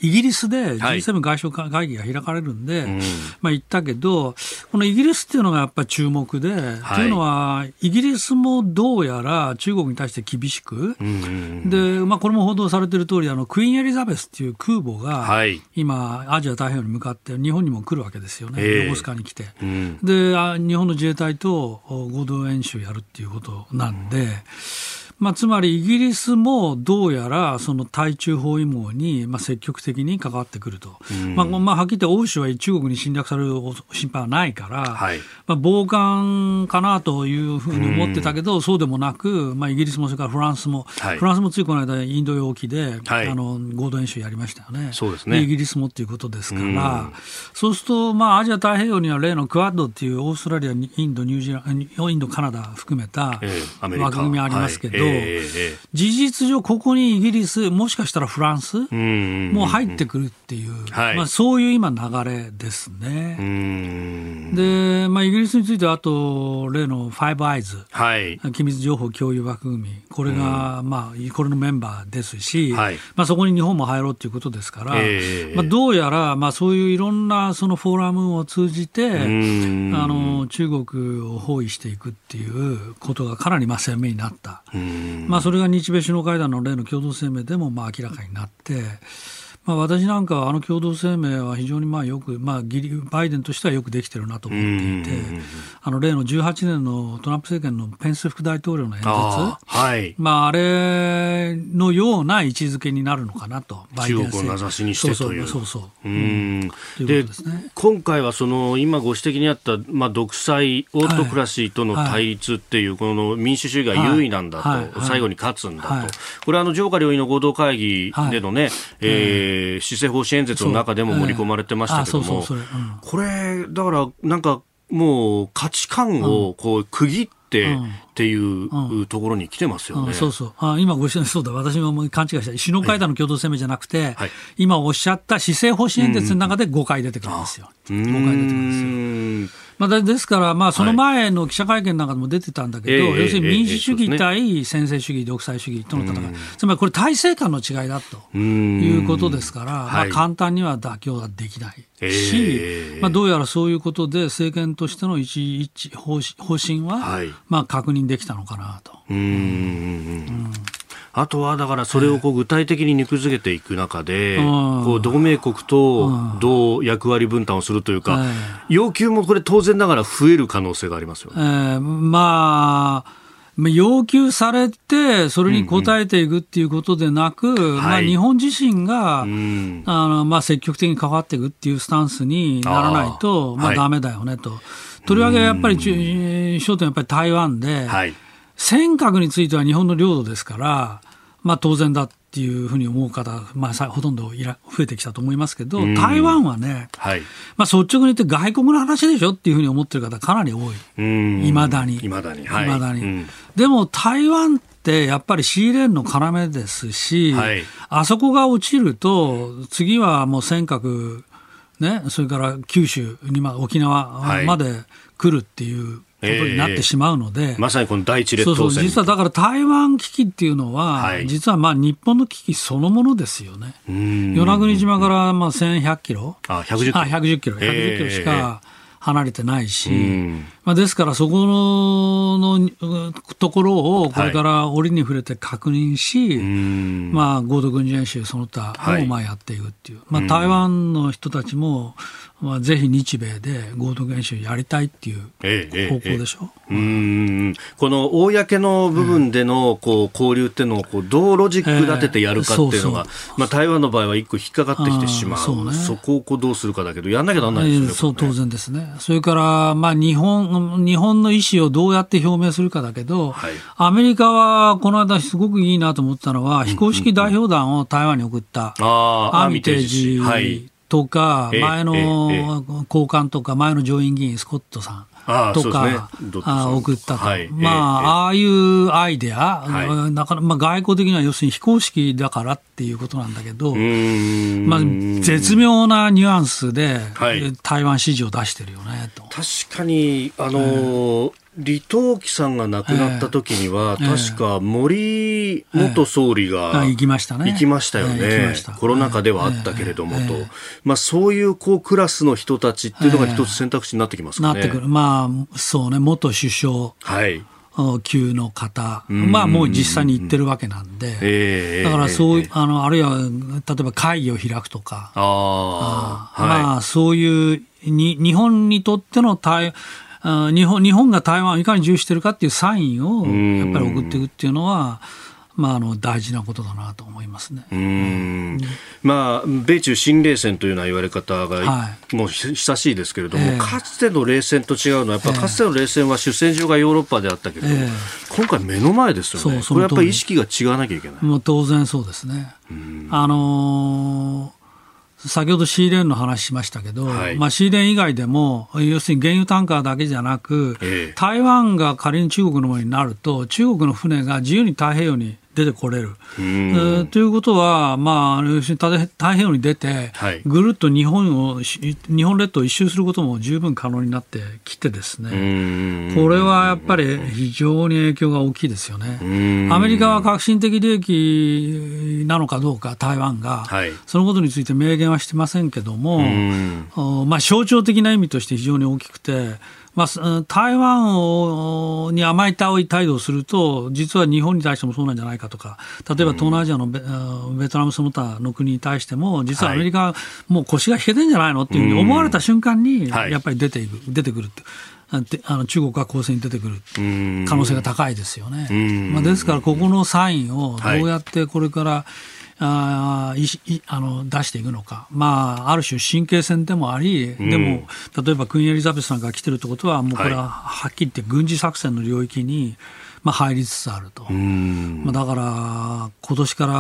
イギリスで ジーセブン 外相会議が開かれるんで、はい、まあ、行ったけど、このイギリスっていうのがやっぱり注目で、はい、というのは、イギリスもどうやら中国に対して厳しく、うん、で、まあ、これも報道されている通り、あのクイーンエリザベスっていう空母が、はい、今、アジア太平洋に向かって日本にも来るわけですよね、えー、横須賀に来て、うん、で、日本の自衛隊と合同演習やるっていうことなんで、うん、まあ、つまりイギリスもどうやらその対中包囲網にまあ積極的に関わってくると、まあまあ、はっきり言って欧州は中国に侵略される心配はないから、はい、まあ、傍観かなというふうに思ってたけど、そうでもなく、まあ、イギリスもそれからフランスも、はい、フランスもついこの間インド洋沖で、はい、あの合同演習やりましたよね。そうですね。イギリスもっていうことですから、そうすると、まあ、アジア太平洋には例のクアッドっていうオーストラリア、インド、ニュージーランド、インド、カナダ含めた枠組みありますけど、はい、えー、事実上ここにイギリス、もしかしたらフランスも入ってくるっていう、はい、まあ、そういう今流れですね。うん、で、まあ、イギリスについてはあと例のファイブアイズ、はい、機密情報共有枠組み、これが、まあ、これのメンバーですし、はい、まあ、そこに日本も入ろうということですから、えーまあ、どうやら、まあ、そういういろんなそのフォーラムを通じて、あの中国を包囲していくっていうことがかなりまあ鮮明になった。まあ、それが日米首脳会談の例の共同声明でもまあ明らかになって、まあ、私なんかはあの共同声明は非常にまあよく、まあ、バイデンとしてはよくできてるなと思っていて、あの例のじゅうはちねんのトランプ政権のペンス副大統領の演説、あ、はい、まあ、あれのような位置づけになるのかなと、バイデン中国を名指しにしてという。 そうそうそうそう、 うん、ということですね。で、今回はその今ご指摘にあった、まあ、独裁オートクラシーとの対立っていう、この民主主義が優位なんだと、はいはいはい、最後に勝つんだと、はい、これはあの上下両院の合同会議でのね、はい、えー施政方針演説の中でも盛り込まれてましたけども、これだからなんかもう価値観をこう区切ってっていうところに来てますよね。うんうん、そうそう。あ、今ご指摘、そうだ、私も勘違いした。首脳会談の共同声明じゃなくて、はい、今おっしゃった施政方針演説の中でごかい出てくるんですよ。うん、ごかい出てくるんですよ。まあ、ですから、まあ、その前の記者会見なんかでも出てたんだけど、はい、要するに民主主義対専制主義、独裁主義との戦い、つまりこれ体制間の違いだということですから、まあ、簡単には妥協はできないし、えーまあ、どうやらそういうことで政権としての一一方針は、はい、まあ、確認できたのかなと。うん、うん、 あとはだからそれをこう具体的に肉付けていく中で、こう同盟国とどう役割分担をするというか、要求もこれ当然ながら増える可能性がありますよね。えー、 まあ要求されてそれに応えていくっていうことでなく、うんうん、まあ、日本自身が、はい、あのまあ、積極的に関わっていくっていうスタンスにならないとまあ、ダメだよねと。はい、とりわけやっぱり焦点はやっぱり台湾で、はい、尖閣については日本の領土ですから、まあ、当然だっていうふうに思う方、まあ、ほとんどいら増えてきたと思いますけど、台湾はね、はい、まあ、率直に言って外国の話でしょっていうふうに思ってる方かなり多い。いまだに。 いまだに。はい、 未だに。うん、でも台湾ってやっぱりシーレーンの要ですし、はい、あそこが落ちると次はもう尖閣、ね、それから九州に、まあ、沖縄まで来るっていう、ことになってしまうので、 えー、まさにこの第一列島線、 そうそう、実はだから台湾危機っていうのは、はい、実はまあ日本の危機そのものですよね。与那国島からまあせんひゃくキロ、 あ、ひゃくじゅっキロ、 あ、ひゃくじゅっキロ、ひゃくじゅっキロしか離れてないし、まあ、ですからそこのところをこれから折に触れて確認し、はい、まあ、合同軍事演習その他をまあやっていくっていう、はい、まあ、台湾の人たちもまあ、ぜひ日米で合同演習やりたいっていう方向でしょ、ええええ、 うんこの公の部分でのこう交流っていうのをこうどうロジック立ててやるかっていうのが、ええ、そうそう、まあ、台湾の場合は一個引っかかってきてしまう、そう、ね、そこをこうどうするかだけどやんなきゃならないですよね、ええ、そう、当然ですね。それから、まあ、日本、日本の意思をどうやって表明するかだけど、はい、アメリカはこの間すごくいいなと思ったのは、非公式代表団を台湾に送った、うんうんうん、アーミテージ、はい、とか、前の高官とか、前の上院議員、スコットさんとか、あ、送ったと。はい、まあ、ああいうアイデア、はい、なかなか、まあ、外交的には要するに非公式だからっていうことなんだけど、まあ、絶妙なニュアンスで、はい、台湾支持を出してるよねと。 確かに、あのー、 李登輝さんが亡くなった時には、えー、確か森元総理が、 えー、行きましたね。 行きましたよね、えー、コロナ禍ではあったけれども、えーえーとまあ、そういう、こうクラスの人たちっていうのが一つ選択肢になってきますかね。 なってくる、まあ、そうね、元首相、はい級の方、まあ、もう実際に行ってるわけなんで、えー、だからそういう、あのあるいは例えば会議を開くとか、ああ、はい、まあ、そういうに日本にとっての対日本、日本が台湾をいかに重視しているかっていうサインをやっぱり送っていくっていうのは、まあ、あの大事なことだなと思いますね。 うーん、うんまあ、米中新冷戦というような言われ方が、はい、もう久しいですけれども、えー、かつての冷戦と違うのはやっぱかつての冷戦は主戦場がヨーロッパであったけれども、えー、今回目の前ですよね。これやっぱり意識が違わなきゃいけない。 もう当然そうですね。あのー先ほどシーレーンの話しましたけど、はい、まあ、シーレーン以外でも要するに原油タンカーだけじゃなく、えー、台湾が仮に中国のものになると中国の船が自由に太平洋に出てこれる、えー、ということは、まあ、要するに太平洋に出て、はい、ぐるっと日本を日本列島を一周することも十分可能になってきてですね、これはやっぱり非常に影響が大きいですよね。アメリカは革新的利益なのかどうか台湾が、はい、そのことについて明言はしてませんけども、まあ、象徴的な意味として非常に大きくて、まあ、台湾をに甘い態度をすると実は日本に対してもそうなんじゃないかとか、例えば東南アジアの ベ,、うん、ベトナムその他の国に対しても実はアメリカはもう腰が引けてんじゃないのっていうふうに思われた瞬間にやっぱり出ていく、出てくるってあの中国が攻勢に出てくる可能性が高いですよね。まあ、ですからここのサインをどうやってこれから、はいあいあの出していくのか、まあ、ある種神経戦でもあり、うん、でも例えばクイーンエリザベスさんが来てるってことはもうこれははっきり言って軍事作戦の領域に、まあ、入りつつあると、うんまあ、だから今年から、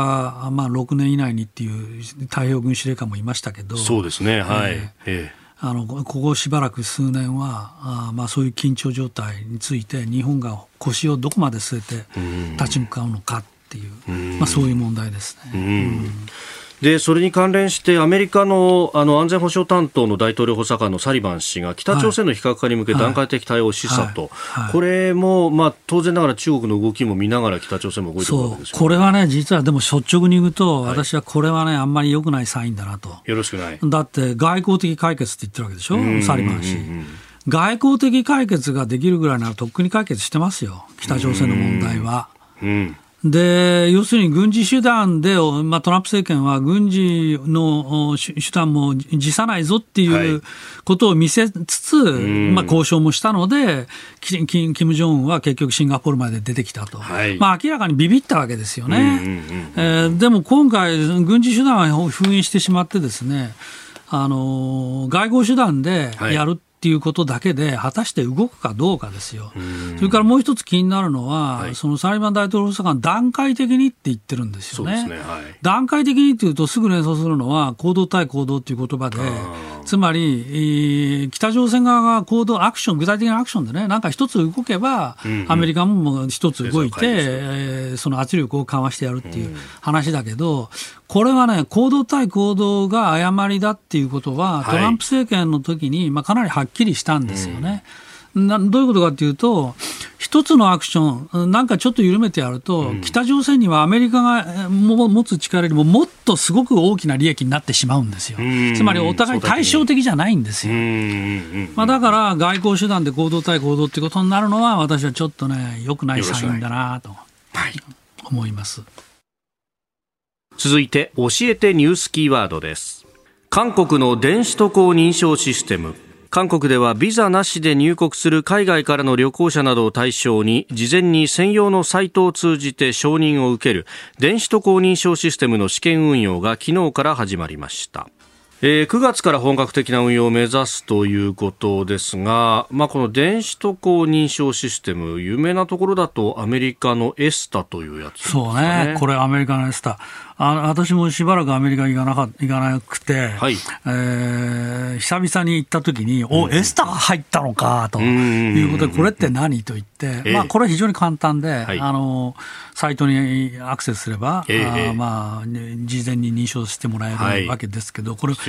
まあ、ろくねん以内にっていう太平洋軍司令官もいましたけど、 そうですね、はい、えーえー、あのここしばらく数年はあ、まあ、そういう緊張状態について日本が腰をどこまで据えて立ち向かうのかっていう、まあ、そういう問題ですね。うんうんでそれに関連してアメリカ の, あの安全保障担当の大統領補佐官のサリバン氏が北朝鮮の非核化に向け段階的対応を示唆と、はいはいはい、これも、まあ、当然ながら中国の動きも見ながら北朝鮮も動いてくるわけですよね。 これはね実はでも率直に言うと、はい、私はこれはねあんまり良くないサインだなと。 よろしくない。 だって外交的解決って言ってるわけでしょ、サリバン氏。外交的解決ができるぐらいならとっくに解決してますよ、北朝鮮の問題は。うんうんで要するに軍事手段で、まあ、トランプ政権は軍事の手段も辞さないぞっていうことを見せつつ、はいまあ、交渉もしたのでキ, キ, キム・ジョンウンは結局シンガポールまで出てきたと、はいまあ、明らかにビビったわけですよね、うんうんうんえー、でも今回軍事手段は封印してしまってですね、あの外交手段でやる、はいっていうことだけで果たして動くかどうかですよ。それからもう一つ気になるのは、はい、そのサリバン大統領補佐官段階的にって言ってるんですよね。そうですね、はい、段階的にっていうとすぐ連想するのは行動対行動っていう言葉で、つまり、えー、北朝鮮側が行動アクション具体的なアクションでねなんか一つ動けば、うんうん、アメリカも一つ動いて、えー、その圧力を緩和してやるっていう話だけど、これはね行動対行動が誤りだっていうことは、はい、トランプ政権の時に、まあ、かなりはっきりしたんですよね。うん、などういうことかというと一つのアクションなんかちょっと緩めてやると、うん、北朝鮮にはアメリカが持つ力よりももっとすごく大きな利益になってしまうんですよ。つまりお互い対照的じゃないんですよ。まあ、だから外交手段で行動対行動ということになるのは私はちょっとね良くないサインだなと思います。 続いて教えてニュースキーワードです。韓国の電子渡航認証システム。韓国ではビザなしで入国する海外からの旅行者などを対象に事前に専用のサイトを通じて承認を受ける電子渡航認証システムの試験運用が昨日から始まりました。えー、くがつから本格的な運用を目指すということですが、まあ、この電子渡航認証システム有名なところだとアメリカのエスタというやつですかね。 そうね、これアメリカのエスタ、あ私もしばらくアメリカ行かなか行かなくて、はいえー、久々に行った時に、うん、おエスタが入ったのかということで、これって何と言って、えーまあ、これは非常に簡単で、はい、あのサイトにアクセスすれば、えーあまあ、事前に認証してもらえるわけですけど、これ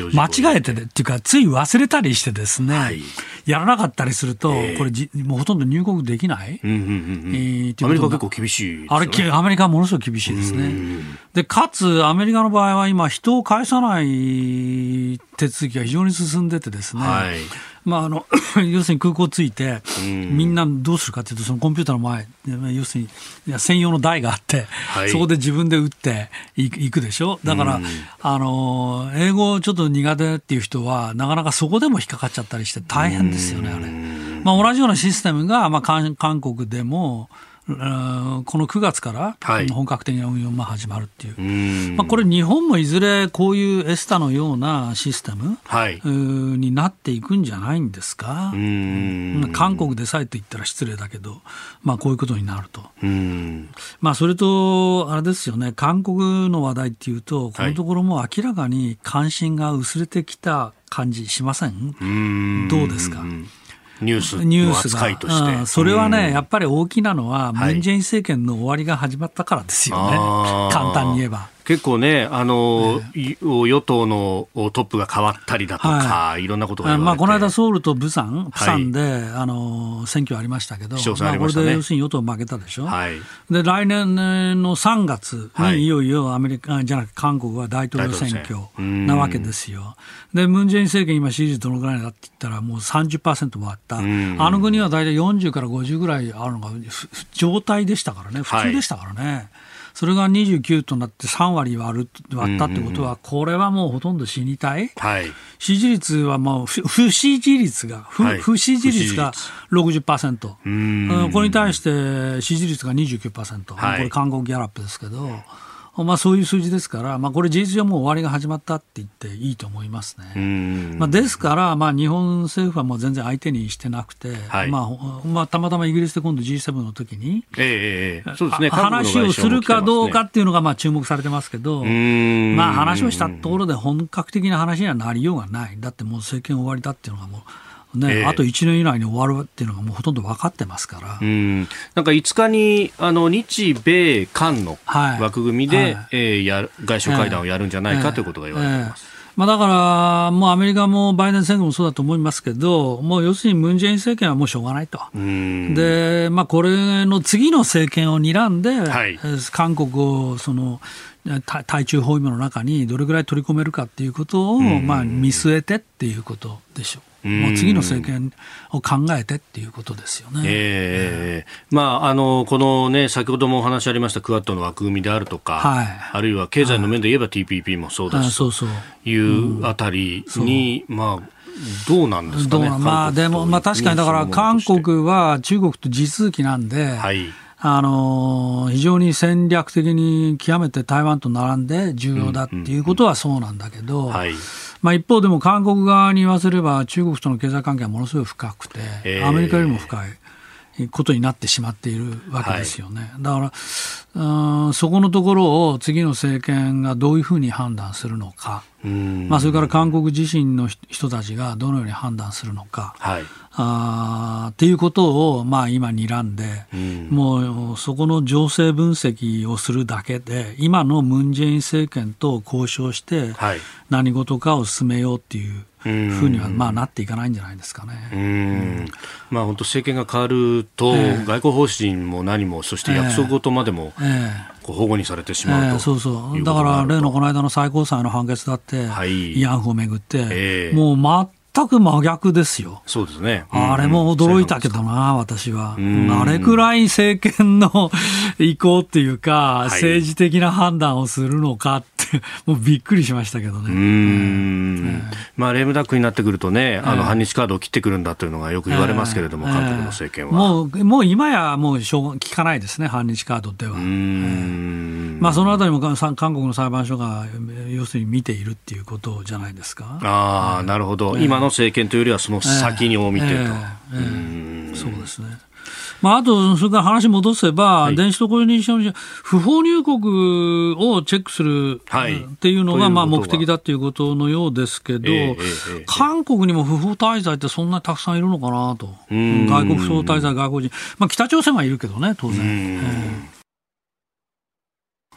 間違えてねっていうかつい忘れたりしてですね、はい、やらなかったりすると、えー、これじもうほとんど入国できない、うんうんうんうんえー、 アメリカ結構厳しいですよね。 あれアメリカはものすごく厳しいですね。でかつアメリカの場合は今人を返さない手続きが非常に進んでてですね、はいまあ、あの要するに空港着いて、みんなどうするかというと、そのコンピューターの前、要するにいや専用の台があって、はい、そこで自分で打っていくでしょ。だから、あの英語ちょっと苦手っていう人は、なかなかそこでも引っかかっちゃったりして、大変ですよね、あれ。まあ、同じようなシステムが、まあ、韓国でも、このくがつから本格的な運用が始まるっていう、はいまあ、これ日本もいずれこういうエスタのようなシステム、はい、になっていくんじゃないんですか。うん韓国でさえと言ったら失礼だけど、まあ、こういうことになると。うんまあ、それとあれですよね、韓国の話題っていうとこのところも明らかに関心が薄れてきた感じしません？うんどうですか？ ニュースの扱いとして、 うん、それはね、うん、やっぱり大きなのはムン・ジェイン政権の終わりが始まったからですよね、簡単に言えば。 結構ね、あの、ね、与党のトップが変わったりだとか、はい、いろんなことが言われて、 まあ、この間ソウルとプサン、プサンで、はい、あの選挙ありましたけど、 市長選ありましたね。 まあ、これで要するに与党負けたでしょ、はい、で来年のさんがつにいよいよアメリカじゃなくて韓国は大統領選挙なわけですよ。でムン・ジェイン政権今支持率どのぐらいだって言ったらもう さんじゅっパーセント 割った。あの国は大体よんじゅうからごじゅうぐらいあるのが状態でしたからね、普通でしたからね、はい、それがにじゅうきゅうとなってさんわり割る割ったってことは、これはもうほとんど死にたい、はい、支持率はもう不支持率が 不,、はい、不支持率が ろくじゅっパーセント、 うんこれに対して支持率が にじゅうきゅうパーセント、はい、これ韓国ギャラップですけど、まあ、そういう数字ですから、まあ、これ事実上もう終わりが始まったって言っていいと思いますね。うんまあ、ですから、まあ、日本政府はもう全然相手にしてなくて、はいまあまあ、たまたまイギリスで今度 ジーセブン の時に、えーそうですね、話をするかどうかっていうのがまあ注目されてますけど、うんまあ、話をしたところで本格的な話にはなりようがない。だってもう政権終わりだっていうのがもうねえー、あといちねん以内に終わるっていうのがもうほとんど分かってますから。うんなんかいつかにあの日米韓の枠組みで、はいはいえー、や外相会談をやるんじゃないか、えー、ということが言われています。 えーまあ、だからもうアメリカもバイデン政権もそうだと思いますけど、もう要するにムン・ジェイン政権はもうしょうがないと。うんで、まあ、これの次の政権を睨んで、はい、韓国をその対中包囲網の中にどれぐらい取り込めるかっていうことを、まあ、見据えてっていうことでしょう。もう次の政権を考えてっていうことですよね。 えーまあ、あのこの、ね、先ほどもお話ありましたクアッドの枠組みであるとか、はい、あるいは経済の面で言えば ティーピーピー もそうだし、はい、というあたりに、うんまあ、どうなんですかね。どうまあ、 でも、まあ、確かにだから韓国は中国と地続きなんで、はいあの非常に戦略的に極めて台湾と並んで重要だっていうことはそうなんだけど、うんうんうんはいまあ、一方でも韓国側に言わせれば中国との経済関係はものすごい深くて、えー、アメリカよりも深いことになってしまっているわけですよね、はい、だからうんそこのところを次の政権がどういうふうに判断するのか、うんまあ、それから韓国自身の人たちがどのように判断するのか、はいあっていうことをまあ今睨んで、うん、もうそこの情勢分析をするだけで今のムン・ジェイン政権と交渉して何事かを進めようっていうふうにはまあなっていかないんじゃないですかね。うんうんまあ、本当政権が変わると、えー、外交方針も何もそして約束事までも、えーこう保護にされてしまうと、えー、そうそうだから例のこの間の最高裁の判決だって、はい、慰安婦をめぐって、えー、もう全く真逆ですよ。 そうですね、 うん、あれも驚いたけどな、私は。あれくらい政権の意向っていうか、はい、政治的な判断をするのかってもうびっくりしましたけどね。うーん、 えーまあ、レームダックになってくるとね、あの反日カードを切ってくるんだというのがよく言われますけれども、えー、韓国の政権は、 もう、もう今やもう聞かないですね、反日カードでは。うーん、えーまあ、そのあたりも韓国の裁判所が要するに見ているっていうことじゃないですか。 あ、えー、なるほど、えー、今の政権というよりはその先にを見てと、えーえーえー、そうですね。まあ、あと、それから話戻せば、はい、電子渡航認証の不法入国をチェックするっていうのがまあ目的だということのようですけど、えーえー、韓国にも不法滞在ってそんなにたくさんいるのかなと、外国不法滞在、外国人、まあ、北朝鮮はいるけどね、当然。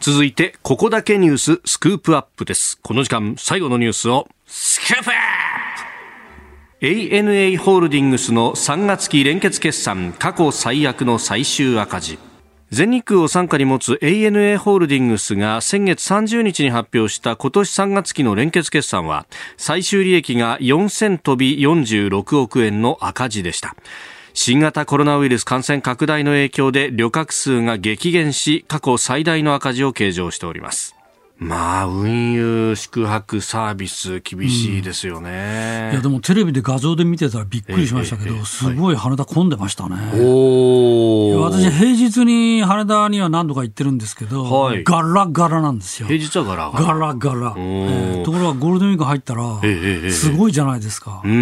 続いてここだけニューススクープアップです。この時間最後のニュースをスクープアップ。 エーエヌエー ホールディングスのさんがつ期連結決算過去最悪の最終赤字。全日空を傘下に持つ エーエヌエー ホールディングスが先月さんじゅうにちに発表した今年さんがつ期の連結決算は最終利益がよんせん飛びよんじゅうろくおくえんの赤字でした。新型コロナウイルス感染拡大の影響で旅客数が激減し過去最大の赤字を計上しております。まあ運輸宿泊サービス厳しいですよね、うん、いやでもテレビで画像で見てたらびっくりしましたけど、ええええ、すごい羽田混んでましたね、はい、お私平日に羽田には何度か行ってるんですけど、はい、ガラガラなんですよ。 平日はガラガラガラガラ、えー、ところがゴールデンウィーク入ったら、ええ、すごいじゃないですか、 うん、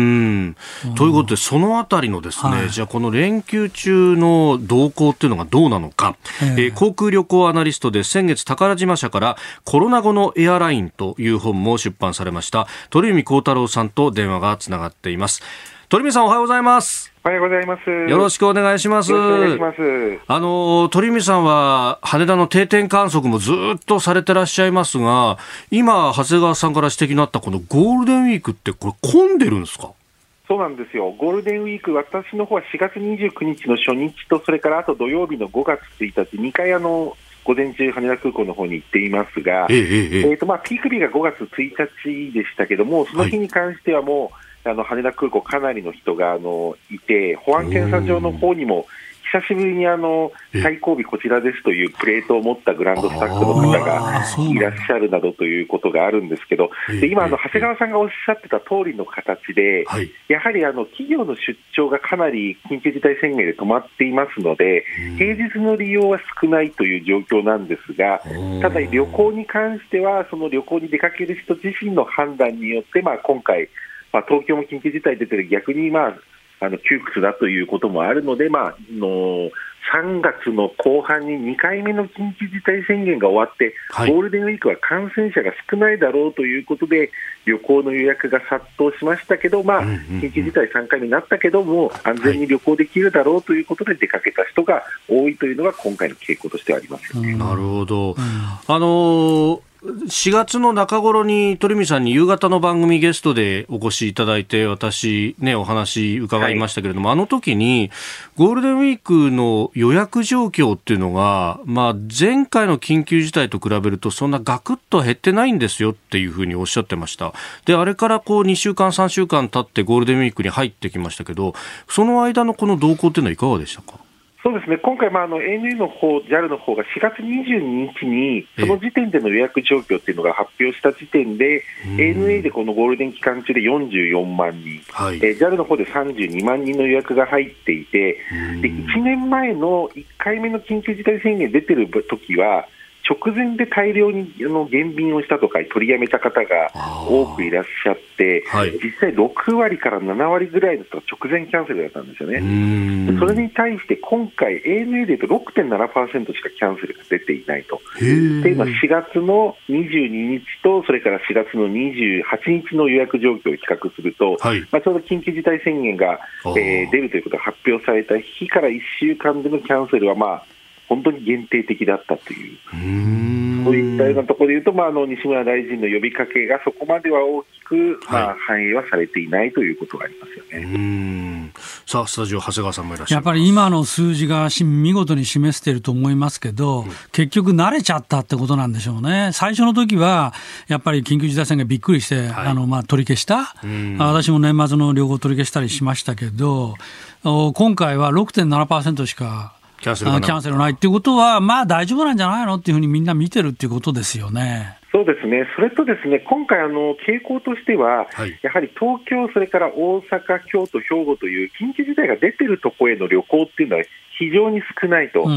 ということでそのあたりのですね、はい、じゃあこの連休中の動向っていうのがどうなのか、えええー、航空旅行アナリストで先月宝島社からコロナ後のエアラインという本も出版されました鳥海高太郎さんと電話がつながっています。鳥海さんおはようございます。 おはようございます。 よろしくお願いします。 よろしくお願いします。 あの鳥海さんは羽田の定点観測もずっとされてらっしゃいますが、今長谷川さんから指摘のあったこのゴールデンウィークってこれ混んでるんですか？ そうなんですよ。ゴールデンウィーク、私の方はしがつにじゅうくにちの初日とそれからあと土曜日のごがつついたちにかいあの午前中羽田空港の方に行っていますが、ええええーとまあ、ピーク日がごがつついたちでしたけども、その日に関してはもう、はい、あの羽田空港かなりの人があのいて、保安検査場の方にも久しぶりにあの最後尾こちらですというプレートを持ったグランドスタッフの方がいらっしゃるなどということがあるんですけど、で今あの長谷川さんがおっしゃってた通りの形で、はい、やはりあの企業の出張がかなり緊急事態宣言で止まっていますので、平日の利用は少ないという状況なんですが、ただ旅行に関してはその旅行に出かける人自身の判断によって、まあ、今回、まあ、東京も緊急事態出てる、逆にまああの窮屈だということもあるので、まあ、のさんがつの後半ににかいめの緊急事態宣言が終わって、はい、ゴールデンウィークは感染者が少ないだろうということで旅行の予約が殺到しましたけど、まあ、緊急事態さんかいめになったけども安全に旅行できるだろうということで出かけた人が多いというのが今回の傾向としてはありますよね。 なるほど、うん、あのーしがつの中頃に鳥海さんに夕方の番組ゲストでお越しいただいて私、ね、お話伺いましたけれども、はい、あの時にゴールデンウィークの予約状況っていうのが、まあ、前回の緊急事態と比べるとそんなガクッと減ってないんですよっていうふうにおっしゃってました。であれからこうにしゅうかんさんしゅうかん経ってゴールデンウィークに入ってきましたけど、その間のこの動向っていうのはいかがでしたか？ そうですね、今回、まあ、あの エーエヌエー の方、ジャル の方がしがつにじゅうににちにその時点での予約状況っていうのが発表した時点で、エーエヌエー でこのゴールデン期間中でよんじゅうよんまんにん、はい、えー、ジャル の方でさんじゅうにまんにんの予約が入っていて、でいちねんまえのいっかいめの緊急事態宣言出てる時は直前で大量にあの減便をしたとか取りやめた方が多くいらっしゃって、はい、実際ろくわりからななわりぐらいの人が直前キャンセルだったんですよね。それに対して今回 エーエヌエー でいうと ろくてんななパーセント しかキャンセルが出ていないと。っていうのはしがつのにじゅうににちとそれからしがつのにじゅうはちにちの予約状況を比較すると、はい、まあ、ちょうど緊急事態宣言が、えー、出るということが発表された日からいっしゅうかんでのキャンセルはまあ本当に限定的だったという、うーん、そういったようなところでいうと、まあ、あの西村大臣の呼びかけがそこまでは大きく、まあ、はい、反映はされていないということがありますよね。 うーん、さあスタジオ長谷川さんもいらっしゃいます。 やっぱり今の数字が見事に示していると思いますけど、うん、結局慣れちゃったってことなんでしょうね。最初の時はやっぱり緊急事態宣言びっくりして、はい、あのまあ取り消した、私も年末の両方取り消したりしましたけど、今回は ろくてんななパーセント しかキャンセルがない、キャンセルないっていうことは、まあ大丈夫なんじゃないのっていうふうにみんな見てるっていうことですよね。 そうですね。それとですね、今回あの傾向としては、はい、やはり東京、それから大阪、京都、兵庫という緊急事態が出てるところへの旅行っていうのは非常に少ないと、うん、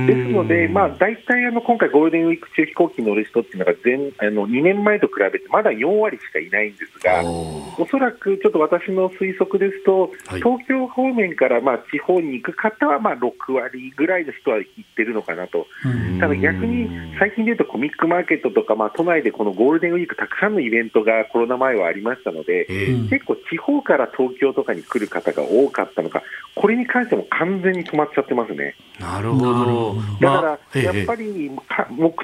ですので、まあ、大体あの今回ゴールデンウィーク中飛行機に乗る人っていうのが前あのにねんまえと比べてまだよんわりしかいないんですが、おそらくちょっと私の推測ですと、はい、東京方面からまあ地方に行く方はまあろくわりぐらいの人は行ってるのかなと。ただ逆に最近でいうとコミックマーケットとか、まあ、都内でこのゴールデンウィークたくさんのイベントがコロナ前はありましたので、結構地方から東京とかに来る方が多かったのか、これに関しても完全に止まっちゃってますね。 なるほど。 だからやっぱり目的地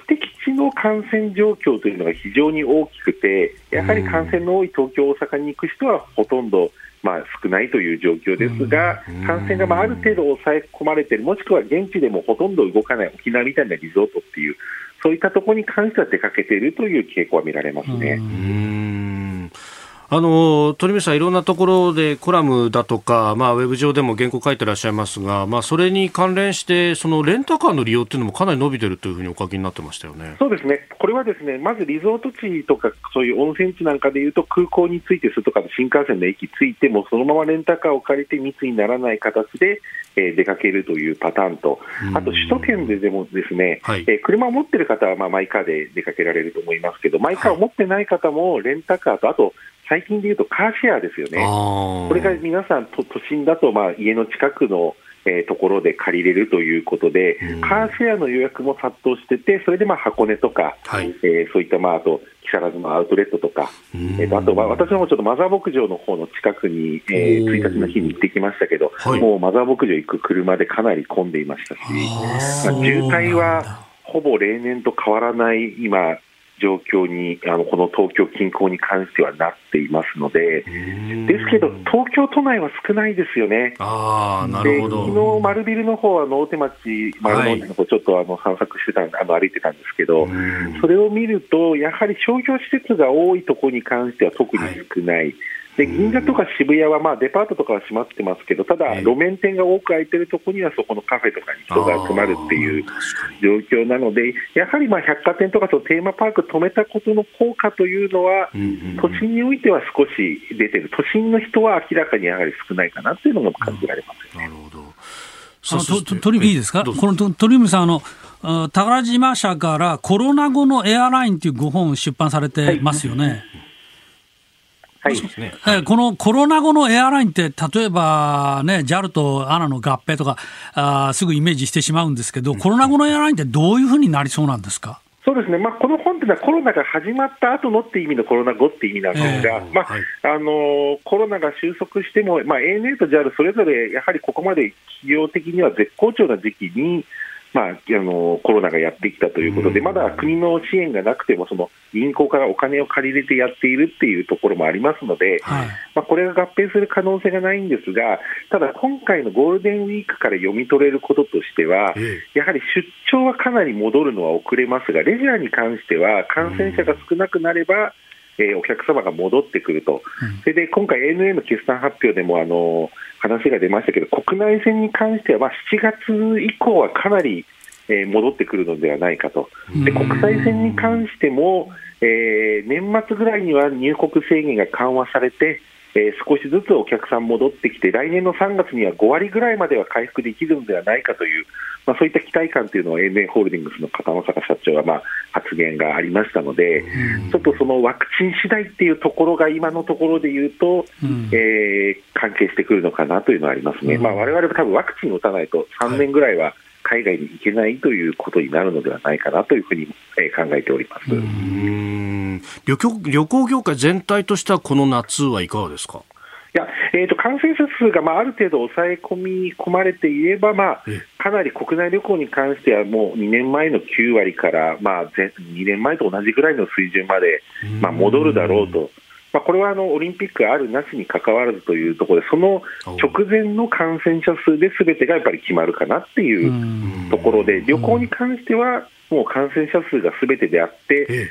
地の感染状況というのが非常に大きくて、やはり感染の多い東京、大阪に行く人はほとんどまあ少ないという状況ですが、感染がまあある程度抑え込まれている、もしくは現地でもほとんど動かない沖縄みたいなリゾートっていう、そういったところに関しては出かけているという傾向は見られますね。 うーん、あの鳥海さん、いろんなところでコラムだとか、まあ、ウェブ上でも原稿書いてらっしゃいますが、まあ、それに関連してそのレンタカーの利用っていうのもかなり伸びてるというふうにお書きになってましたよね。 そうですね、これはですね、まずリゾート地とかそういう温泉地なんかでいうと、空港についてするとか新幹線の駅ついてもそのままレンタカーを借りて密にならない形で、えー、出かけるというパターンと、あと首都圏ででもですね、はい、えー、車を持っている方はまあマイカーで出かけられると思いますけど、マイカーを持ってない方もレンタカーと、あと最近でいうとカーシェアですよね。これが皆さんと都心だとまあ家の近くの、えー、ところで借りれるということで、カーシェアの予約も殺到してて、それでまあ箱根とか、はい、えー、そういったまああと木更津のアウトレットとか、えー、とあとまあ私もちょっとマザー牧場の方の近くに、えー、ついたちの日に行ってきましたけど、はい、もうマザー牧場行く車でかなり混んでいましたし、まあ、渋滞はほぼ例年と変わらない今状況に、あのこの東京近郊に関してはなっていますので、ですけど東京都内は少ないですよね。 あ、なるほど。 で、昨日丸ビルの方は大手町、丸の内の方ちょっとあの散策してたんで、あの歩いてたんですけど、それを見るとやはり商業施設が多いところに関しては特に少ない、はい、で銀座とか渋谷はまあデパートとかは閉まってますけど、ただ路面店が多く空いてるところにはそこのカフェとかに人が集まるっていう状況なので、やはりまあ百貨店とかとテーマパーク止めたことの効果というのは都心においては少し出てる。都心の人は明らかにやはり少ないかなというのが感じられますよね。 なるほど。 あのと鳥海いいですか、この鳥海さん、あの宝島社からコロナ後のエアラインというご本出版されてますよね。はいはい、 えー、このコロナ後のエアラインって、例えば、ね、ジャル とアナの合併とかあすぐイメージしてしまうんですけど、コロナ後のエアラインってどういうふうになりそうなんですか。 そうですね、まあ、この本というのはコロナが始まった後のっていう意味のコロナ後っていう意味なんですが、えーまあはい、あのコロナが収束しても、まあ、エーエヌエー と ジャル それぞれやはりここまで企業的には絶好調な時期に、まあ、あのコロナがやってきたということで、まだ国の支援がなくてもその銀行からお金を借り入れてやっているっていうところもありますので、はい、まあ、これが合併する可能性がないんですが、ただ今回のゴールデンウィークから読み取れることとしては、やはり出張はかなり戻るのは遅れますが、レジャーに関しては感染者が少なくなれば、えー、お客様が戻ってくると、うん、それで今回 エーエヌエー の決算発表でもあの話が出ましたけど、国内線に関してはまあしちがつ以降はかなり、えー、戻ってくるのではないかと。で、国際線に関しても、えー、年末ぐらいには入国制限が緩和されて、えー、少しずつお客さん戻ってきて、来年のさんがつにはごわりぐらいまでは回復できるのではないかという、まあ、そういった期待感というのを エーエヌエー ホールディングスの片野坂社長はまあ発言がありましたので、ちょっとそのワクチン次第っていうところが今のところで言うと、うん、えー、関係してくるのかなというのはありますね。まあ、我々も多分ワクチンを打たないとさんねんぐらいは海外に行けないということになるのではないかなというふうに考えております。 うーん、旅行、旅行業界全体としてはこの夏はいかがですか。 いや、えー、と感染者数がまあある程度抑え込み込まれていれば、まあ、かなり国内旅行に関してはもうにねんまえのきゅうわりから、まあ、にねんまえと同じぐらいの水準まで、まあ、戻るだろうと。まあ、これはあのオリンピックあるなしに関わらずというところで、その直前の感染者数で全てがやっぱり決まるかなっていうところで、旅行に関してはもう感染者数が全てであって、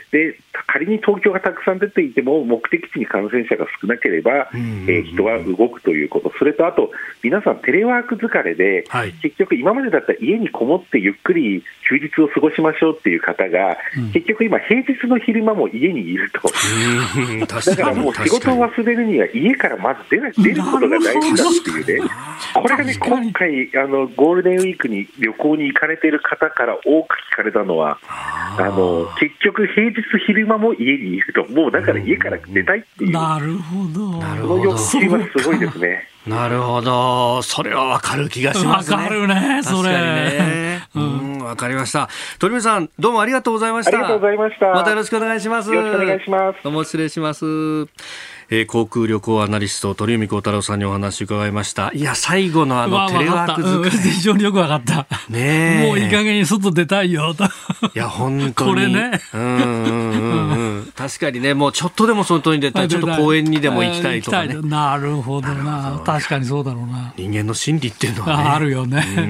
で仮に東京がたくさん出ていても目的地に感染者が少なければ、えー、人は動くということ、それとあと皆さんテレワーク疲れで、はい、結局今までだったら家にこもってゆっくり休日を過ごしましょうっていう方が、うん、結局今平日の昼間も家にいるとだからもう仕事を忘れるには家からまず出ない出ることが大事だっていうね、これがね今回あのゴールデンウィークに旅行に行かれている方から多く聞かれたのは、あの結局平日昼間も家にいると、もうだから家から出たいっていう、 なるほど、 その欲求はすごいですね。 なるほど、それはわかる気がしますね。 わかるね、それ。 ね、うん、わかりました。鳥海さん、どうもありがとうございました。 ありがとうございました。 またよろしくお願いします。 よろしくお願いします。 どうも失礼します。 えー、航空旅行アナリスト鳥海高太朗さんにお話伺いました。いや最後のあのテレワーク使い、 うん、非常によく分かった、ね、もういい加減に外出たいよと。いや本当にこれね、 うんうんうんうん、確かにね、もうちょっとでも外に出たい、ちょっと公園にでも行きたいとかね。 なるほどな、確かにそうだろうな。 人間の心理っていうのは、ね、 あるよね。うん、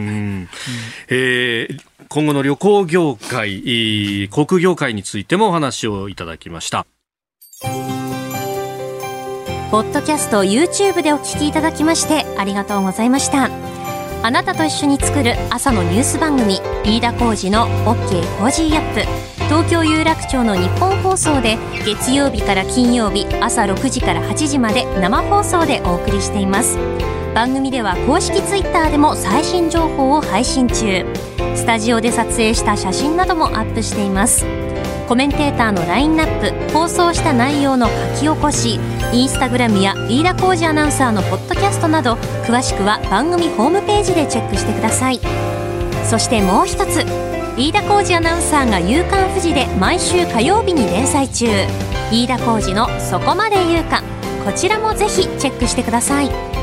えー、今後の旅行業界、航空業界についてもお話をいただきました。 ポッドキャスト YouTube でお聞きいただきましてありがとうございました。あなたと一緒に作る朝のニュース番組、飯田浩司の OK コージーアップ、東京有楽町の日本放送で月曜日から金曜日朝ろくじからはちじまで生放送でお送りしています。番組では公式ツイッターでも最新情報を配信中。スタジオで撮影した写真などもアップしています。コメンテーターのラインナップ、放送した内容の書き起こし、インスタグラムや飯田浩司アナウンサーのポッドキャストなど、詳しくは番組ホームページでチェックしてください。そしてもう一つ、飯田浩司アナウンサーが夕刊フジで毎週火曜日に連載中、飯田浩司のそこまで言うか、こちらもぜひチェックしてください。